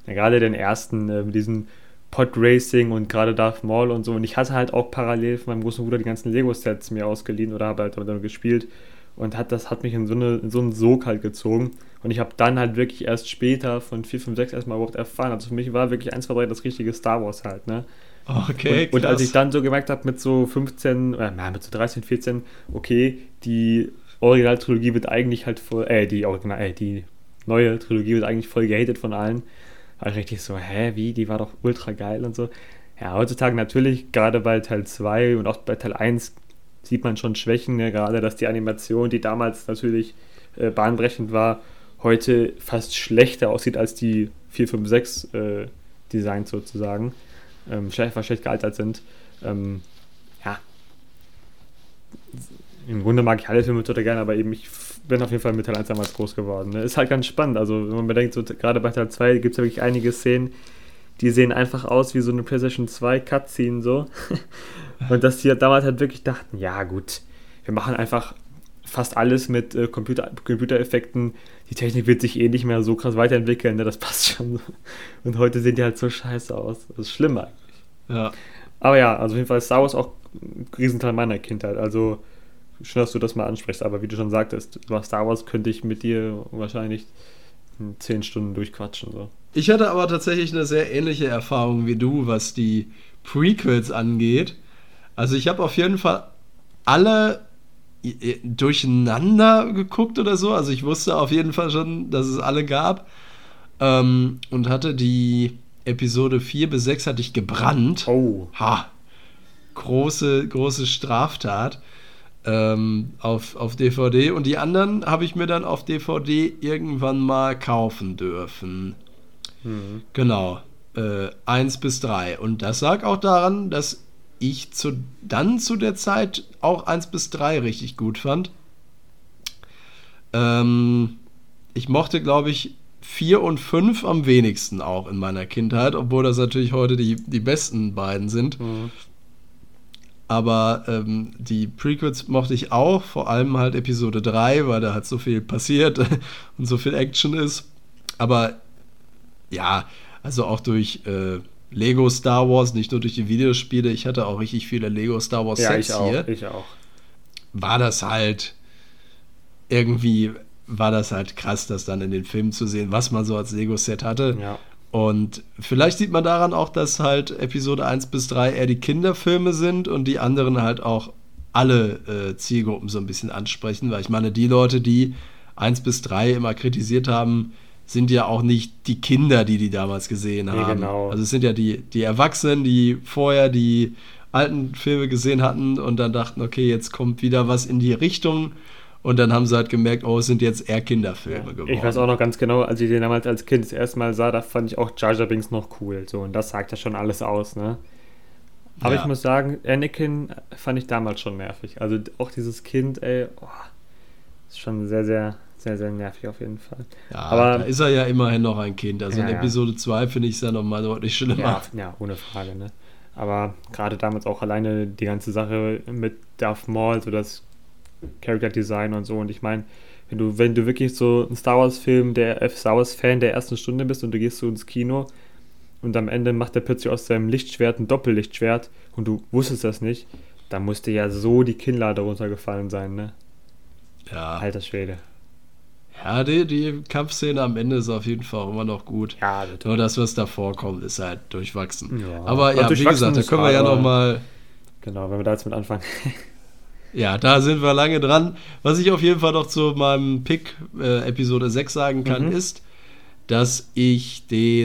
S2: Ja, gerade den ersten, mit diesem Pod-Racing und gerade Darth Maul und so. Und ich hatte halt auch parallel von meinem großen Bruder die ganzen Lego-Sets mir ausgeliehen oder habe halt damit gespielt. Und das hat mich in so einen Sog halt gezogen. Und ich habe dann halt wirklich erst später von 4, 5, 6 erstmal überhaupt erfahren. Also für mich war wirklich 1, 2, 3 das richtige Star Wars halt, ne?
S1: Okay,
S2: und als ich dann so gemerkt habe mit so 15, mit so 13, 14, okay, die Originaltrilogie wird eigentlich halt voll, die neue Trilogie wird eigentlich voll gehatet von allen. War ich richtig so, wie, die war doch ultra geil und so. Ja, heutzutage natürlich, gerade bei Teil 2 und auch bei Teil 1 sieht man schon Schwächen, ne? Gerade, dass die Animation, die damals natürlich bahnbrechend war, heute fast schlechter aussieht als die 4, 5, 6 Designs sozusagen. Schlecht gealtert sind. Ja. Im Grunde mag ich alle Filme total gerne, aber eben ich bin auf jeden Fall mit Teil 1 damals groß geworden. Ne? Ist halt ganz spannend. Also, wenn man bedenkt, so, gerade bei Teil 2 gibt es ja wirklich einige Szenen, die sehen einfach aus wie so eine PlayStation 2 Cutscene so. Und dass die damals halt wirklich dachten, ja gut, wir machen einfach fast alles mit Computereffekten. Die Technik wird sich eh nicht mehr so krass weiterentwickeln, ne? Das passt schon. Und heute sehen die halt so scheiße aus. Das ist schlimm eigentlich.
S1: Ja.
S2: Aber ja, also auf jeden Fall ist Star Wars auch ein Riesenteil meiner Kindheit. Also schön, dass du das mal ansprichst, aber wie du schon sagtest, über Star Wars könnte ich mit dir wahrscheinlich 10 Stunden durchquatschen. So.
S1: Ich hatte aber tatsächlich eine sehr ähnliche Erfahrung wie du, was die Prequels angeht. Also ich habe auf jeden Fall alle durcheinander geguckt oder so. Also ich wusste auf jeden Fall schon, dass es alle gab. Und hatte die Episode 4 bis 6 hatte ich gebrannt.
S2: Oh.
S1: Große Straftat auf DVD. Und die anderen habe ich mir dann auf DVD irgendwann mal kaufen dürfen. Genau. 1 bis 3. Und das lag auch daran, dass ich zu der Zeit auch 1 bis 3 richtig gut fand. Ich mochte, glaube ich, 4 und 5 am wenigsten auch in meiner Kindheit, obwohl das natürlich heute die besten beiden sind. Aber die Prequels mochte ich auch, vor allem halt Episode 3, weil da halt so viel passiert und so viel Action ist. Aber ja, also auch durch Lego Star Wars, nicht nur durch die Videospiele, ich hatte auch richtig viele Lego Star Wars Sets hier.
S2: Ich auch.
S1: War das halt krass, das dann in den Filmen zu sehen, was man so als Lego-Set hatte.
S2: Ja.
S1: Und vielleicht sieht man daran auch, dass halt Episode 1 bis 3 eher die Kinderfilme sind und die anderen halt auch alle Zielgruppen so ein bisschen ansprechen, weil ich meine, die Leute, die 1 bis 3 immer kritisiert haben, sind ja auch nicht die Kinder, die damals gesehen haben.
S2: Genau.
S1: Also es sind ja die Erwachsenen, die vorher die alten Filme gesehen hatten und dann dachten, okay, jetzt kommt wieder was in die Richtung. Und dann haben sie halt gemerkt, oh, es sind jetzt eher Kinderfilme geworden.
S2: Ich weiß auch noch ganz genau, als ich den damals als Kind das erste Mal sah, da fand ich auch Jar Jar Binks noch cool. So, und das sagt ja schon alles aus, ne? Aber ich muss sagen, Anakin fand ich damals schon nervig. Also auch dieses Kind, ist schon sehr, sehr, sehr, sehr nervig auf jeden Fall.
S1: Ja,
S2: aber
S1: da ist er ja immerhin noch ein Kind. Also in Episode 2 finde ich es ja nochmal deutlich schlimmer.
S2: Ja, ohne Frage, ne? Aber gerade damals auch alleine die ganze Sache mit Darth Maul, so das Character Design und so. Und ich meine, wenn du wirklich so ein Star Wars-Film, Star Wars-Fan der ersten Stunde bist und du gehst so ins Kino und am Ende macht er plötzlich aus seinem Lichtschwert ein Doppellichtschwert und du wusstest das nicht, da musste ja so die Kinnlade runtergefallen sein, ne?
S1: Ja.
S2: Alter Schwede.
S1: Ja, die Kampfszene am Ende ist auf jeden Fall auch immer noch gut.
S2: Ja,
S1: nur das, was davor kommt, ist halt durchwachsen.
S2: Ja.
S1: Aber ja, wie gesagt, da können wir ja nochmal...
S2: Genau, wenn wir da jetzt mit anfangen.
S1: Ja, da sind wir lange dran. Was ich auf jeden Fall noch zu meinem Pick Episode 6 sagen kann, ist, dass ich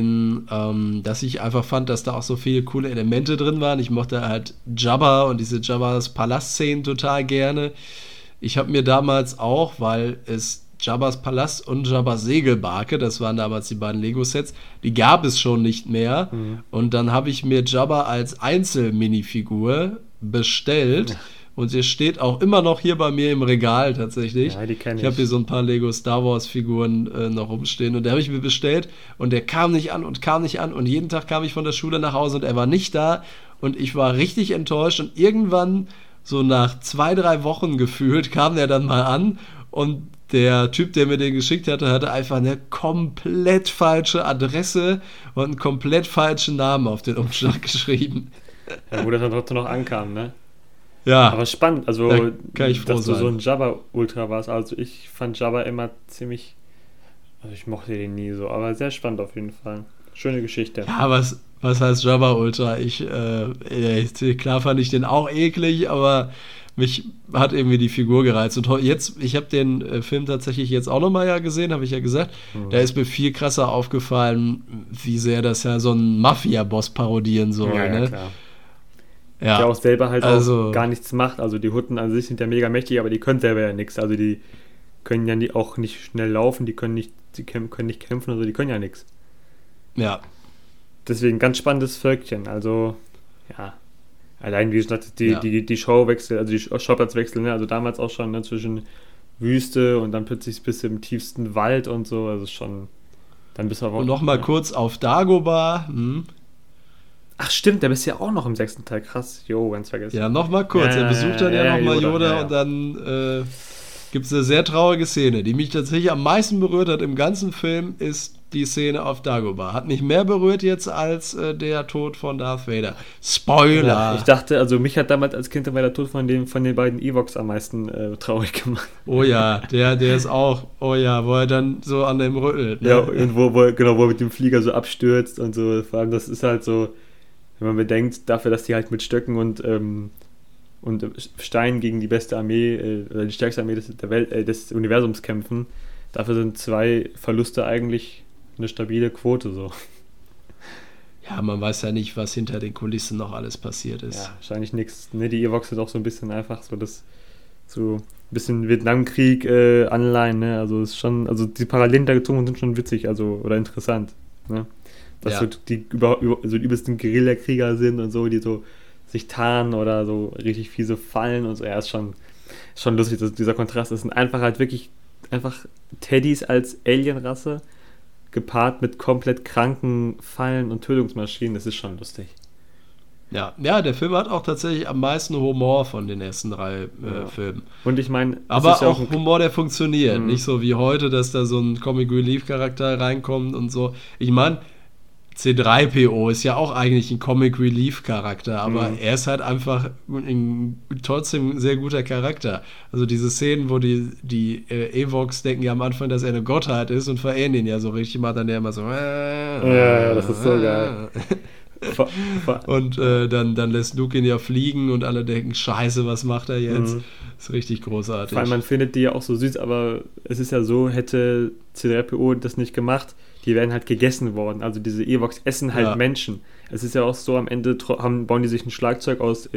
S1: einfach fand, dass da auch so viele coole Elemente drin waren. Ich mochte halt Jabba und diese Jabbas Palastszenen total gerne. Ich habe mir damals auch, weil es Jabbas Palast und Jabbas Segelbarke, das waren damals die beiden Lego-Sets, die gab es schon nicht mehr. Und dann habe ich mir Jabba als Einzelminifigur bestellt. Und sie steht auch immer noch hier bei mir im Regal tatsächlich.
S2: Ja, die kenne ich.
S1: Ich habe hier so ein paar Lego Star Wars Figuren noch rumstehen und der habe ich mir bestellt und der kam nicht an und jeden Tag kam ich von der Schule nach Hause und er war nicht da und ich war richtig enttäuscht und irgendwann so nach 2-3 Wochen gefühlt kam der dann mal an und der Typ, der mir den geschickt hatte einfach eine komplett falsche Adresse und einen komplett falschen Namen auf den Umschlag geschrieben.
S2: Ja, wo das dann trotzdem noch ankam, ne?
S1: Ja,
S2: Aber spannend, also,
S1: da kann ich froh
S2: dass du so
S1: sein.
S2: ein Jabba-Ultra warst. Also, ich fand Jabba immer ziemlich. Also, ich mochte den nie so, aber sehr spannend auf jeden Fall. Schöne Geschichte.
S1: Ja, was heißt Jabba Ultra? Klar fand ich den auch eklig, aber mich hat irgendwie die Figur gereizt. Und jetzt, ich habe den Film tatsächlich jetzt auch nochmal ja gesehen, habe ich ja gesagt. Da ist mir viel krasser aufgefallen, wie sehr das ja so ein Mafia-Boss parodieren soll.
S2: Ja,
S1: Ne?
S2: klar.
S1: Ja,
S2: Der auch selber halt
S1: also,
S2: auch gar nichts macht. Also, die Hutten an sich sind ja mega mächtig, aber die können selber ja nichts. Also, die können ja auch nicht schnell laufen, können nicht kämpfen, also die können ja nichts.
S1: ja,
S2: Deswegen ganz spannendes Völkchen. Also, ja. Allein, wie gesagt,
S1: ja.
S2: die Showwechsel, also die Schauplatzwechsel, ne? Also damals auch schon, ne? Zwischen Wüste und dann plötzlich bis im tiefsten Wald und so. Also schon. Dann bist du aber.
S1: Und nochmal
S2: Ja.
S1: kurz auf Dagobah.
S2: Ach, stimmt, der bist ja auch noch im 6. Teil. Krass. Jo, ganz vergessen.
S1: Ja, nochmal kurz. Er besucht dann ja nochmal Yoda
S2: ja.
S1: und dann gibt es eine sehr traurige Szene, die mich tatsächlich am meisten berührt hat im ganzen Film, ist die Szene auf Dagobah. Hat mich mehr berührt jetzt als der Tod von Darth Vader. Spoiler!
S2: Ja, ich dachte, also mich hat damals als Kind immer der Tod von den beiden Ewoks am meisten traurig gemacht.
S1: Oh ja, der ist auch, oh ja, wo er dann so an dem rüttelt. Ne?
S2: Ja, und wo er mit dem Flieger so abstürzt und so. Vor allem, das ist halt so, wenn man bedenkt, dafür, dass die halt mit Stöcken und Steinen gegen die beste Armee, oder die stärkste Armee der Welt, des Universums kämpfen, dafür sind 2 Verluste eigentlich eine stabile Quote so.
S1: Ja, man weiß ja nicht, was hinter den Kulissen noch alles passiert ist.
S2: Ja, wahrscheinlich nichts. Ne, die Ewoks sind auch so ein bisschen einfach so ein bisschen Vietnamkrieg Anleihen, ne? Also ist schon, also die Parallelen da gezogen sind schon witzig, also oder interessant, ne? Dass
S1: Ja.
S2: so die so die übelsten Guerillakrieger sind und so, die so sich tarnen oder so richtig fiese Fallen und so. Ja, ist schon lustig, dieser Kontrast. Das sind einfach halt wirklich einfach Teddys als Alienrasse gepaart mit komplett kranken Fallen und Tötungsmaschinen. Das ist schon lustig.
S1: Ja, der Film hat auch tatsächlich am meisten Humor von den ersten 3 Filmen.
S2: Und ich meine,
S1: Aber
S2: ist ja
S1: auch Humor, der funktioniert.
S2: Mhm.
S1: Nicht so wie heute, dass da so ein Comic Relief Charakter reinkommt und so. Ich meine, C3PO ist ja auch eigentlich ein Comic Relief Charakter, aber er ist halt einfach trotzdem ein sehr guter Charakter. Also diese Szenen, wo die Ewoks denken ja am Anfang, dass er eine Gottheit ist und verehren ihn ja so richtig, macht dann der immer so.
S2: Ja, das ist so geil.
S1: Und dann lässt Luke ihn ja fliegen und alle denken, scheiße, was macht er jetzt?
S2: Mhm.
S1: Das ist richtig großartig.
S2: Vor allem, man findet die ja auch so süß, aber es ist ja so, hätte C3PO das nicht gemacht, die wären halt gegessen worden. Also diese Ewoks essen halt Menschen. Es ist ja auch so, am Ende bauen die sich ein Schlagzeug aus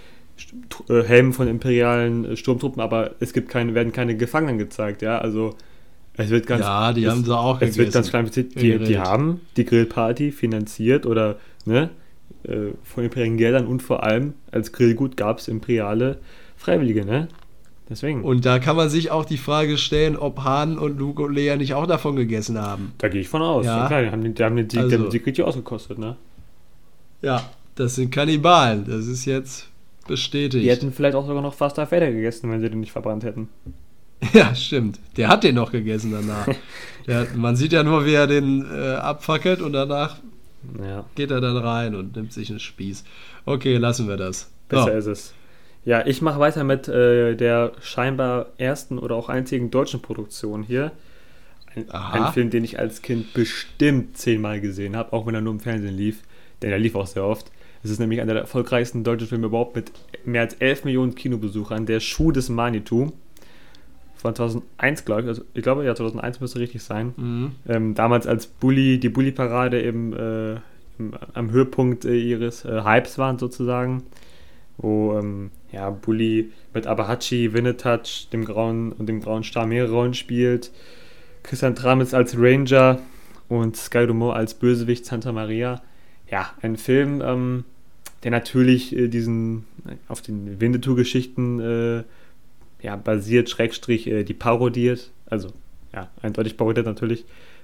S2: Helmen von imperialen Sturmtruppen, aber werden keine Gefangenen gezeigt, ja, also es wird ganz...
S1: Ja, die haben sie auch
S2: gegessen. Es wird ganz klar
S1: gegessen.
S2: die haben die Grillparty finanziert oder, ne, von imperialen Geldern und vor allem als Grillgut gab es imperiale Freiwillige, ne? Deswegen.
S1: Und da kann man sich auch die Frage stellen, ob Han und Luke und Leia nicht auch davon gegessen haben.
S2: Da gehe ich von aus.
S1: Ja.
S2: Klar, die haben den Sieg richtig ausgekostet, ne?
S1: Ja, das sind Kannibalen. Das ist jetzt bestätigt.
S2: Die hätten vielleicht auch sogar noch fast Darth Vader gegessen, wenn sie den nicht verbrannt hätten.
S1: Ja, stimmt. Der hat den noch gegessen danach. Man sieht ja nur, wie er den abfackelt und danach geht er dann rein und nimmt sich einen Spieß. Okay, lassen wir das.
S2: Besser ist es. Ja, ich mache weiter mit der scheinbar ersten oder auch einzigen deutschen Produktion hier. Ein Film, den ich als Kind bestimmt 10-mal gesehen habe, auch wenn er nur im Fernsehen lief. Denn er lief auch sehr oft. Es ist nämlich einer der erfolgreichsten deutschen Filme überhaupt mit mehr als 11 Millionen Kinobesuchern. Der Schuh des Manitou. Von 2001, glaube ich. Also, ich glaube, ja, 2001 müsste richtig sein.
S1: Mhm.
S2: Damals als die Bully-Parade am Höhepunkt ihres Hypes waren sozusagen. Wo Bully mit Abahachi, Winnetouch, dem grauen Star mehrere Rollen spielt. Christian Tramitz als Ranger und Sky Dumont als Bösewicht Santa Maria. Ja, ein Film, der natürlich auf den Winnetou-Geschichten basiert, die parodiert. Also, ja, eindeutig parodiert natürlich.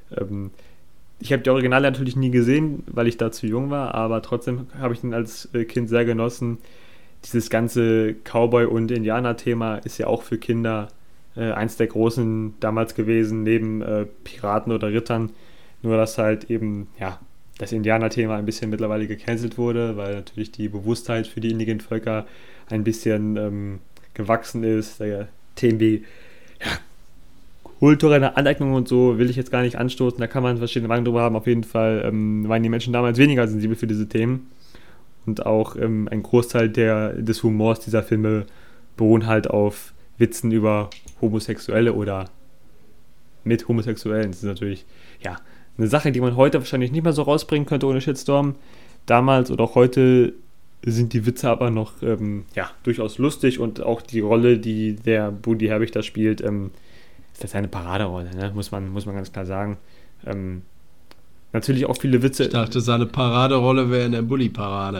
S2: Ich habe die Originale natürlich nie gesehen, weil ich da zu jung war, aber trotzdem habe ich ihn als Kind sehr genossen. Dieses ganze Cowboy- und Indianer-Thema ist ja auch für Kinder eins der großen damals gewesen, neben Piraten oder Rittern. Nur, dass halt eben, ja, das Indianer-Thema ein bisschen mittlerweile gecancelt wurde, weil natürlich die Bewusstheit für die indigenen Völker ein bisschen gewachsen ist. Themen wie kulturelle Aneignung und so will ich jetzt gar nicht anstoßen, da kann man verschiedene Meinungen drüber haben. Auf jeden Fall waren die Menschen damals weniger sensibel für diese Themen. Und auch ein Großteil des Humors dieser Filme beruhen halt auf Witzen über Homosexuelle oder mit Homosexuellen. Das ist natürlich, ja, eine Sache, die man heute wahrscheinlich nicht mehr so rausbringen könnte ohne Shitstorm. Damals oder auch heute sind die Witze aber noch durchaus lustig, und auch die Rolle, die der Buddy Herbig da spielt, ist das eine Paraderolle, ne? Muss man ganz klar sagen. Natürlich auch viele Witze.
S1: Ich dachte, seine Paraderolle wäre in der Bully-Parade.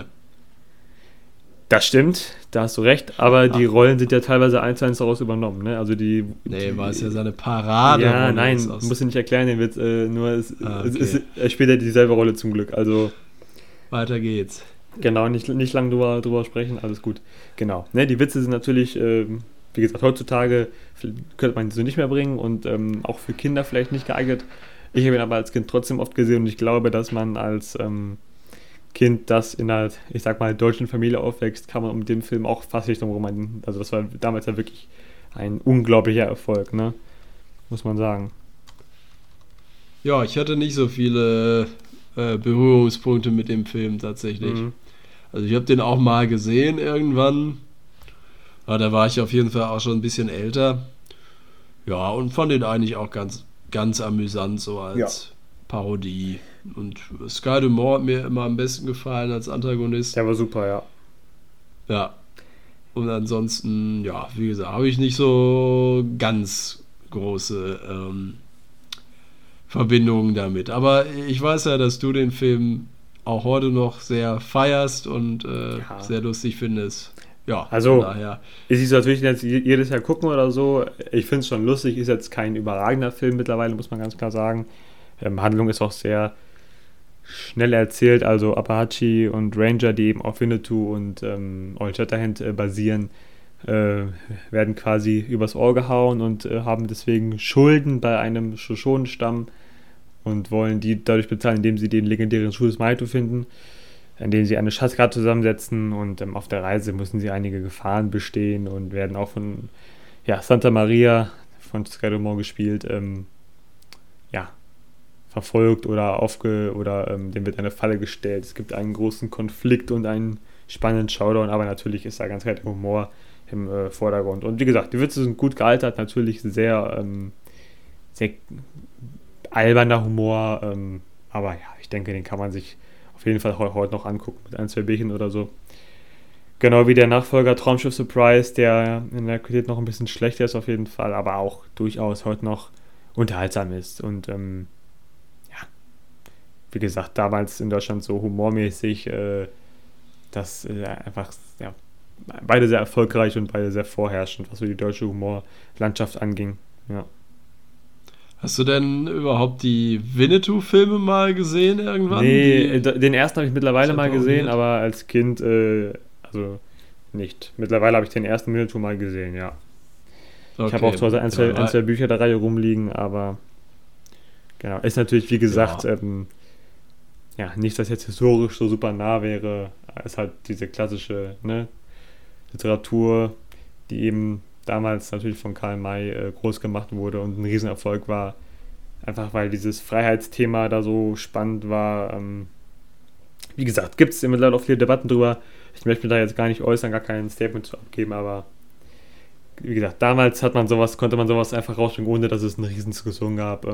S2: Das stimmt, da hast du recht, aber die Rollen sind ja teilweise 1:1 daraus übernommen, ne? Also
S1: war es ja seine Paraderolle.
S2: Ja, nein, muss ich nicht erklären den Witz, nur er spielt ja dieselbe Rolle zum Glück, also
S1: weiter geht's.
S2: Genau, nicht lang drüber sprechen, alles gut. Genau, ne, die Witze sind natürlich, wie gesagt, heutzutage könnte man sie so nicht mehr bringen und auch für Kinder vielleicht nicht geeignet. Ich habe ihn aber als Kind trotzdem oft gesehen, und ich glaube, dass man als Kind, das in einer, ich sag mal, deutschen Familie aufwächst, kann man um den Film auch fast nicht drum rum. Also das war damals ja wirklich ein unglaublicher Erfolg, ne? Muss man sagen.
S1: Ja, ich hatte nicht so viele Berührungspunkte mit dem Film tatsächlich. Mhm. Also ich habe den auch mal gesehen irgendwann. Aber da war ich auf jeden Fall auch schon ein bisschen älter. Ja, und fand den eigentlich auch ganz, ganz amüsant, so als Parodie. Und Sky Dumont hat mir immer am besten gefallen als Antagonist.
S2: Der war super, ja.
S1: Ja. Und ansonsten, ja, wie gesagt, habe ich nicht so ganz große Verbindungen damit. Aber ich weiß ja, dass du den Film auch heute noch sehr feierst und sehr lustig findest. Ja,
S2: also daher. Ist es natürlich jetzt jedes Jahr gucken oder so. Ich finde es schon lustig, ist jetzt kein überragender Film mittlerweile, muss man ganz klar sagen. Handlung ist auch sehr schnell erzählt, also Apache und Ranger, die eben auf Winnetou und Old Shatterhand basieren, werden quasi übers Ohr gehauen und haben deswegen Schulden bei einem Shoshone-Stamm und wollen die dadurch bezahlen, indem sie den legendären Schuh des Mahito finden, indem sie eine Schatzkarte zusammensetzen, und auf der Reise müssen sie einige Gefahren bestehen und werden auch von Santa Maria von Sky Dumont gespielt, verfolgt oder dem wird eine Falle gestellt. Es gibt einen großen Konflikt und einen spannenden Showdown, aber natürlich ist da ganz klar der Humor im Vordergrund. Und wie gesagt, die Witze sind gut gealtert, natürlich sehr, sehr alberner Humor, aber ja, ich denke, den kann man sich auf jeden Fall heute noch angucken, mit 1, 2 Bierchen oder so. Genau wie der Nachfolger Traumschiff Surprise, der in der Qualität noch ein bisschen schlechter ist auf jeden Fall, aber auch durchaus heute noch unterhaltsam ist. Und wie gesagt, damals in Deutschland so humormäßig, das einfach, beide sehr erfolgreich und beide sehr vorherrschend, was so die deutsche Humorlandschaft anging. Ja.
S1: Hast du denn überhaupt die Winnetou-Filme mal gesehen irgendwann?
S2: Nee, den ersten habe ich mittlerweile mal gesehen, aber als Kind, also nicht. Mittlerweile habe ich den ersten Winnetou mal gesehen, ja. Okay. Ich habe auch zu Hause ein, zwei Bücher der Reihe rumliegen, aber genau, ist natürlich, wie gesagt, nicht, dass jetzt historisch so super nah wäre. Es ist halt diese klassische Literatur, die eben damals natürlich von Karl May groß gemacht wurde und ein Riesenerfolg war. Einfach weil dieses Freiheitsthema da so spannend war. Wie gesagt, gibt es mittlerweile auch viele Debatten drüber. Ich möchte mir da jetzt gar nicht äußern, gar kein Statement zu abgeben, aber wie gesagt, damals konnte man sowas einfach rausbringen, ohne dass es eine Riesendiskussion gab.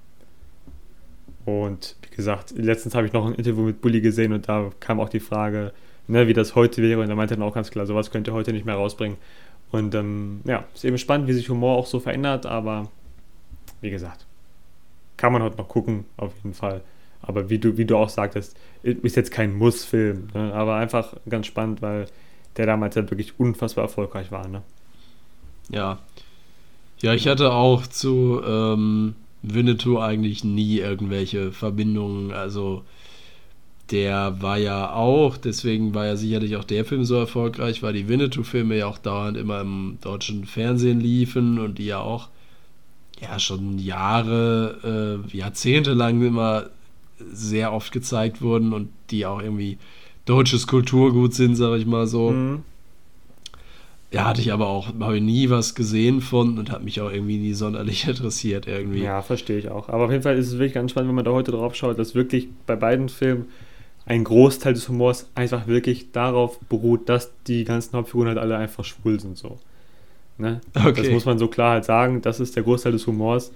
S2: Und wie gesagt, letztens habe ich noch ein Interview mit Bully gesehen und da kam auch die Frage, wie das heute wäre, und er meinte dann auch ganz klar, sowas könnt ihr heute nicht mehr rausbringen. Und ist eben spannend, wie sich Humor auch so verändert, aber wie gesagt, kann man heute noch gucken, auf jeden Fall. Aber wie du auch sagtest, ist jetzt kein Muss-Film, ne? Aber einfach ganz spannend, weil der damals halt wirklich unfassbar erfolgreich war, ne?
S1: Ja. Ja, ich hatte auch zu Winnetou eigentlich nie irgendwelche Verbindungen, also der war ja auch, deswegen war ja sicherlich auch der Film so erfolgreich, weil die Winnetou-Filme ja auch dauernd immer im deutschen Fernsehen liefen und die ja auch ja schon Jahre, Jahrzehnte lang immer sehr oft gezeigt wurden und die auch irgendwie deutsches Kulturgut sind, sag ich mal so.
S2: Mhm.
S1: Ja, habe ich nie was gesehen von und hat mich auch irgendwie nie sonderlich interessiert irgendwie.
S2: Ja, verstehe ich auch. Aber auf jeden Fall ist es wirklich ganz spannend, wenn man da heute drauf schaut, dass wirklich bei beiden Filmen ein Großteil des Humors einfach wirklich darauf beruht, dass die ganzen Hauptfiguren halt alle einfach schwul sind, so. Ne?
S1: Okay.
S2: Das muss man so klar halt sagen, das ist der Großteil des Humors.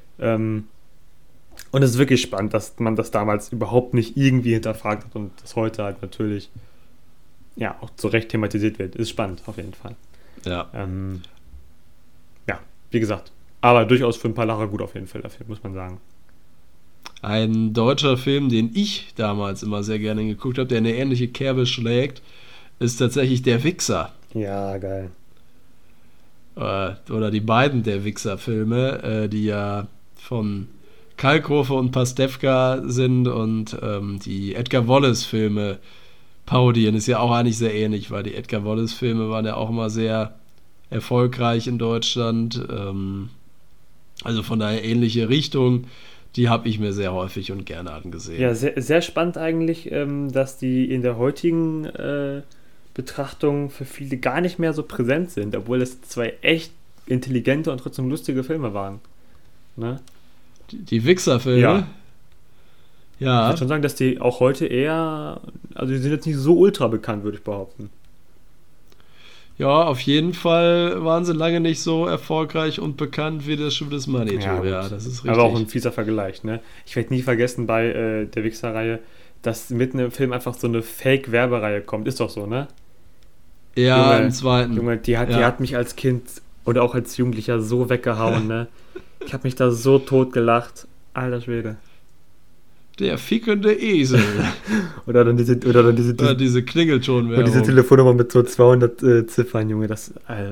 S2: Und es ist wirklich spannend, dass man das damals überhaupt nicht irgendwie hinterfragt hat und das heute halt natürlich ja auch zu Recht thematisiert wird. Ist spannend, auf jeden Fall.
S1: Ja.
S2: Ja, wie gesagt. Aber durchaus für ein paar Lacher gut auf jeden Fall dafür, muss man sagen.
S1: Ein deutscher Film, den ich damals immer sehr gerne geguckt habe, der eine ähnliche Kerbe schlägt, ist tatsächlich Der Wixxer.
S2: Ja, geil.
S1: Oder die beiden Der Wixxer-Filme, die ja von Kalkofe und Pastewka sind und die Edgar Wallace-Filme parodieren. Ist ja auch eigentlich sehr ähnlich, weil die Edgar Wallace-Filme waren ja auch immer sehr erfolgreich in Deutschland. Also von daher ähnliche Richtung. Die habe ich mir sehr häufig und gerne angesehen.
S2: Ja, sehr, sehr spannend eigentlich, dass die in der heutigen Betrachtung für viele gar nicht mehr so präsent sind, obwohl es zwei echt intelligente und trotzdem lustige Filme waren. Ne?
S1: Die Wixxer-Filme?
S2: Ja.
S1: Ja.
S2: Ich würde schon sagen, dass die auch heute eher, also die sind jetzt nicht so ultra bekannt, würde ich behaupten.
S1: Ja, auf jeden Fall waren sie lange nicht so erfolgreich und bekannt wie das Schiff des Manitou. Ja, das ist richtig.
S2: Aber auch ein fieser Vergleich, ne? Ich werde nie vergessen bei der Wixxer-Reihe, dass mitten im Film einfach so eine Fake-Werbereihe kommt. Ist doch so, ne?
S1: Ja,
S2: Junge,
S1: im zweiten.
S2: Junge, die hat mich als Kind oder auch als Jugendlicher so weggehauen, ne? Ich habe mich da so tot gelacht. Alter Schwede.
S1: Der fickende Esel.
S2: Oder diese
S1: Klingeltonwerbung.
S2: Und diese Telefonnummer mit so 200 Ziffern, Junge, das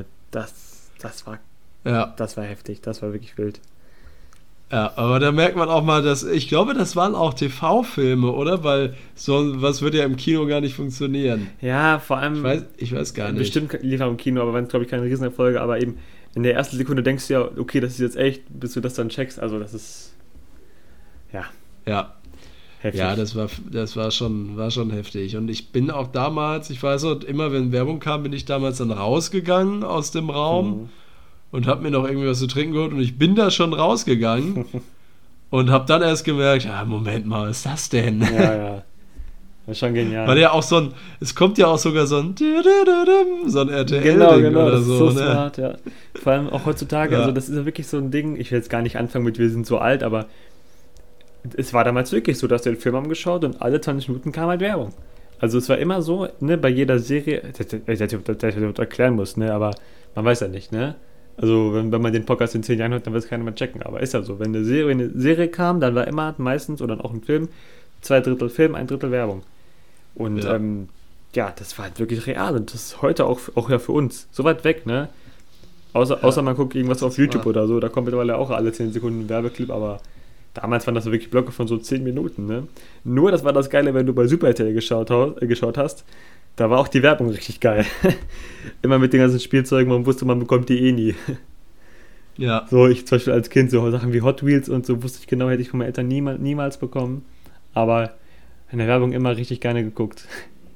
S2: war heftig, das war wirklich wild.
S1: Ja, aber da merkt man auch mal, dass ich glaube, das waren auch TV-Filme, oder? Weil so was würde ja im Kino gar nicht funktionieren.
S2: Ja, vor allem.
S1: Ich weiß gar nicht.
S2: Bestimmt lief er im Kino, aber waren, glaube ich, keine Riesenerfolge. Aber eben in der ersten Sekunde denkst du ja, okay, das ist jetzt echt, bis du das dann checkst. Also, das ist. Ja.
S1: Ja. Heftig. Ja, das war schon heftig. Und ich bin auch damals, ich weiß noch, immer wenn Werbung kam, bin ich damals dann rausgegangen aus dem Raum und habe mir noch irgendwie was zu trinken geholt und ich bin da schon rausgegangen und habe dann erst gemerkt, ja, Moment mal, was ist das denn?
S2: Ja. Das ist schon genial.
S1: Weil ja auch es kommt ja auch sogar so ein RTL-Ding
S2: genau,
S1: oder
S2: das
S1: so.
S2: Ist so
S1: ne?
S2: smart, ja. Vor allem auch heutzutage,
S1: Ja.
S2: also das ist ja wirklich so ein Ding, ich will jetzt gar nicht anfangen mit, wir sind so alt, aber es war damals wirklich so, dass wir den Film haben geschaut und alle 20 Minuten kam halt Werbung. Also es war immer so, ne, bei jeder Serie, dass ich das erklären muss, ne, aber man weiß ja nicht, ne. Also wenn man den Podcast in 10 Jahren hört, dann wird es keiner mehr checken, aber ist ja so, wenn eine Serie kam, dann war immer meistens, oder auch ein Film, 2/3 Film, 1/3 Werbung. Und das war halt wirklich real und das ist heute auch ja für uns so weit weg, ne. Außer man guckt irgendwas auf YouTube oder so, da kommt mittlerweile auch alle 10 Sekunden ein Werbeclip, aber damals waren das so wirklich Blöcke von so 10 Minuten, ne? Nur, das war das Geile, wenn du bei Super RTL geschaut hast, da war auch die Werbung richtig geil. Immer mit den ganzen Spielzeugen, man wusste, man bekommt die eh nie.
S1: Ja.
S2: So, ich zum Beispiel als Kind, so Sachen wie Hot Wheels und so, wusste ich genau, hätte ich von meinen Eltern niemals bekommen. Aber in der Werbung immer richtig gerne geguckt.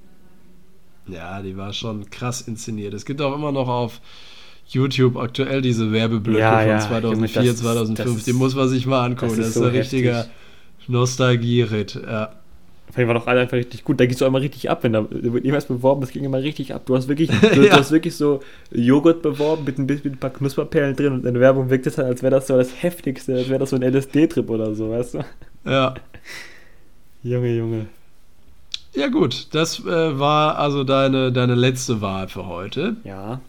S1: Ja, die war schon krass inszeniert. Es gibt auch immer noch auf YouTube aktuell diese Werbeblöcke von 2004, 2005, die muss man sich mal angucken. Das ist so ein richtiger Nostalgie-Ritt. Ja.
S2: Vor allem war doch alle einfach richtig gut. Da gehst du auch immer richtig ab, wenn da wird jemals beworben, das ging immer richtig ab. Du hast wirklich, du hast wirklich so Joghurt beworben mit ein paar Knusperperlen drin und in der Werbung wirkt es halt, als wäre das so das Heftigste, als wäre das so ein LSD-Trip oder so, weißt du?
S1: Ja.
S2: Junge.
S1: Ja gut, das war also deine letzte Wahl für heute.
S2: Ja.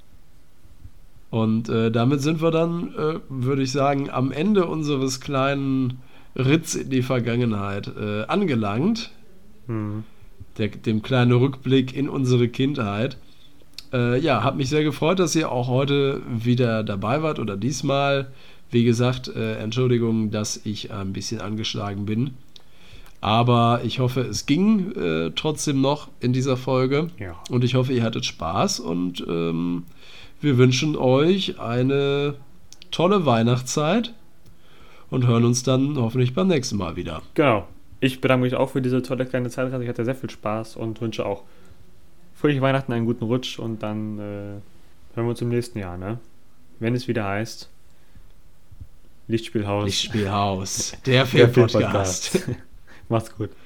S1: Und damit sind wir dann, würde ich sagen, am Ende unseres kleinen Ritz in die Vergangenheit angelangt. Dem kleinen Rückblick in unsere Kindheit. Hat mich sehr gefreut, dass ihr auch heute wieder dabei wart oder diesmal. Wie gesagt, Entschuldigung, dass ich ein bisschen angeschlagen bin. Aber ich hoffe, es ging trotzdem noch in dieser Folge.
S2: Ja.
S1: Und ich hoffe, ihr hattet Spaß. Und wir wünschen euch eine tolle Weihnachtszeit und hören uns dann hoffentlich beim nächsten Mal wieder.
S2: Genau. Ich bedanke mich auch für diese tolle kleine Zeitreise. Ich hatte sehr viel Spaß und wünsche auch fröhliche Weihnachten, einen guten Rutsch und dann hören wir uns im nächsten Jahr, ne? Wenn es wieder heißt Lichtspielhaus.
S1: Lichtspielhaus, der Filmpodcast.
S2: Macht's gut.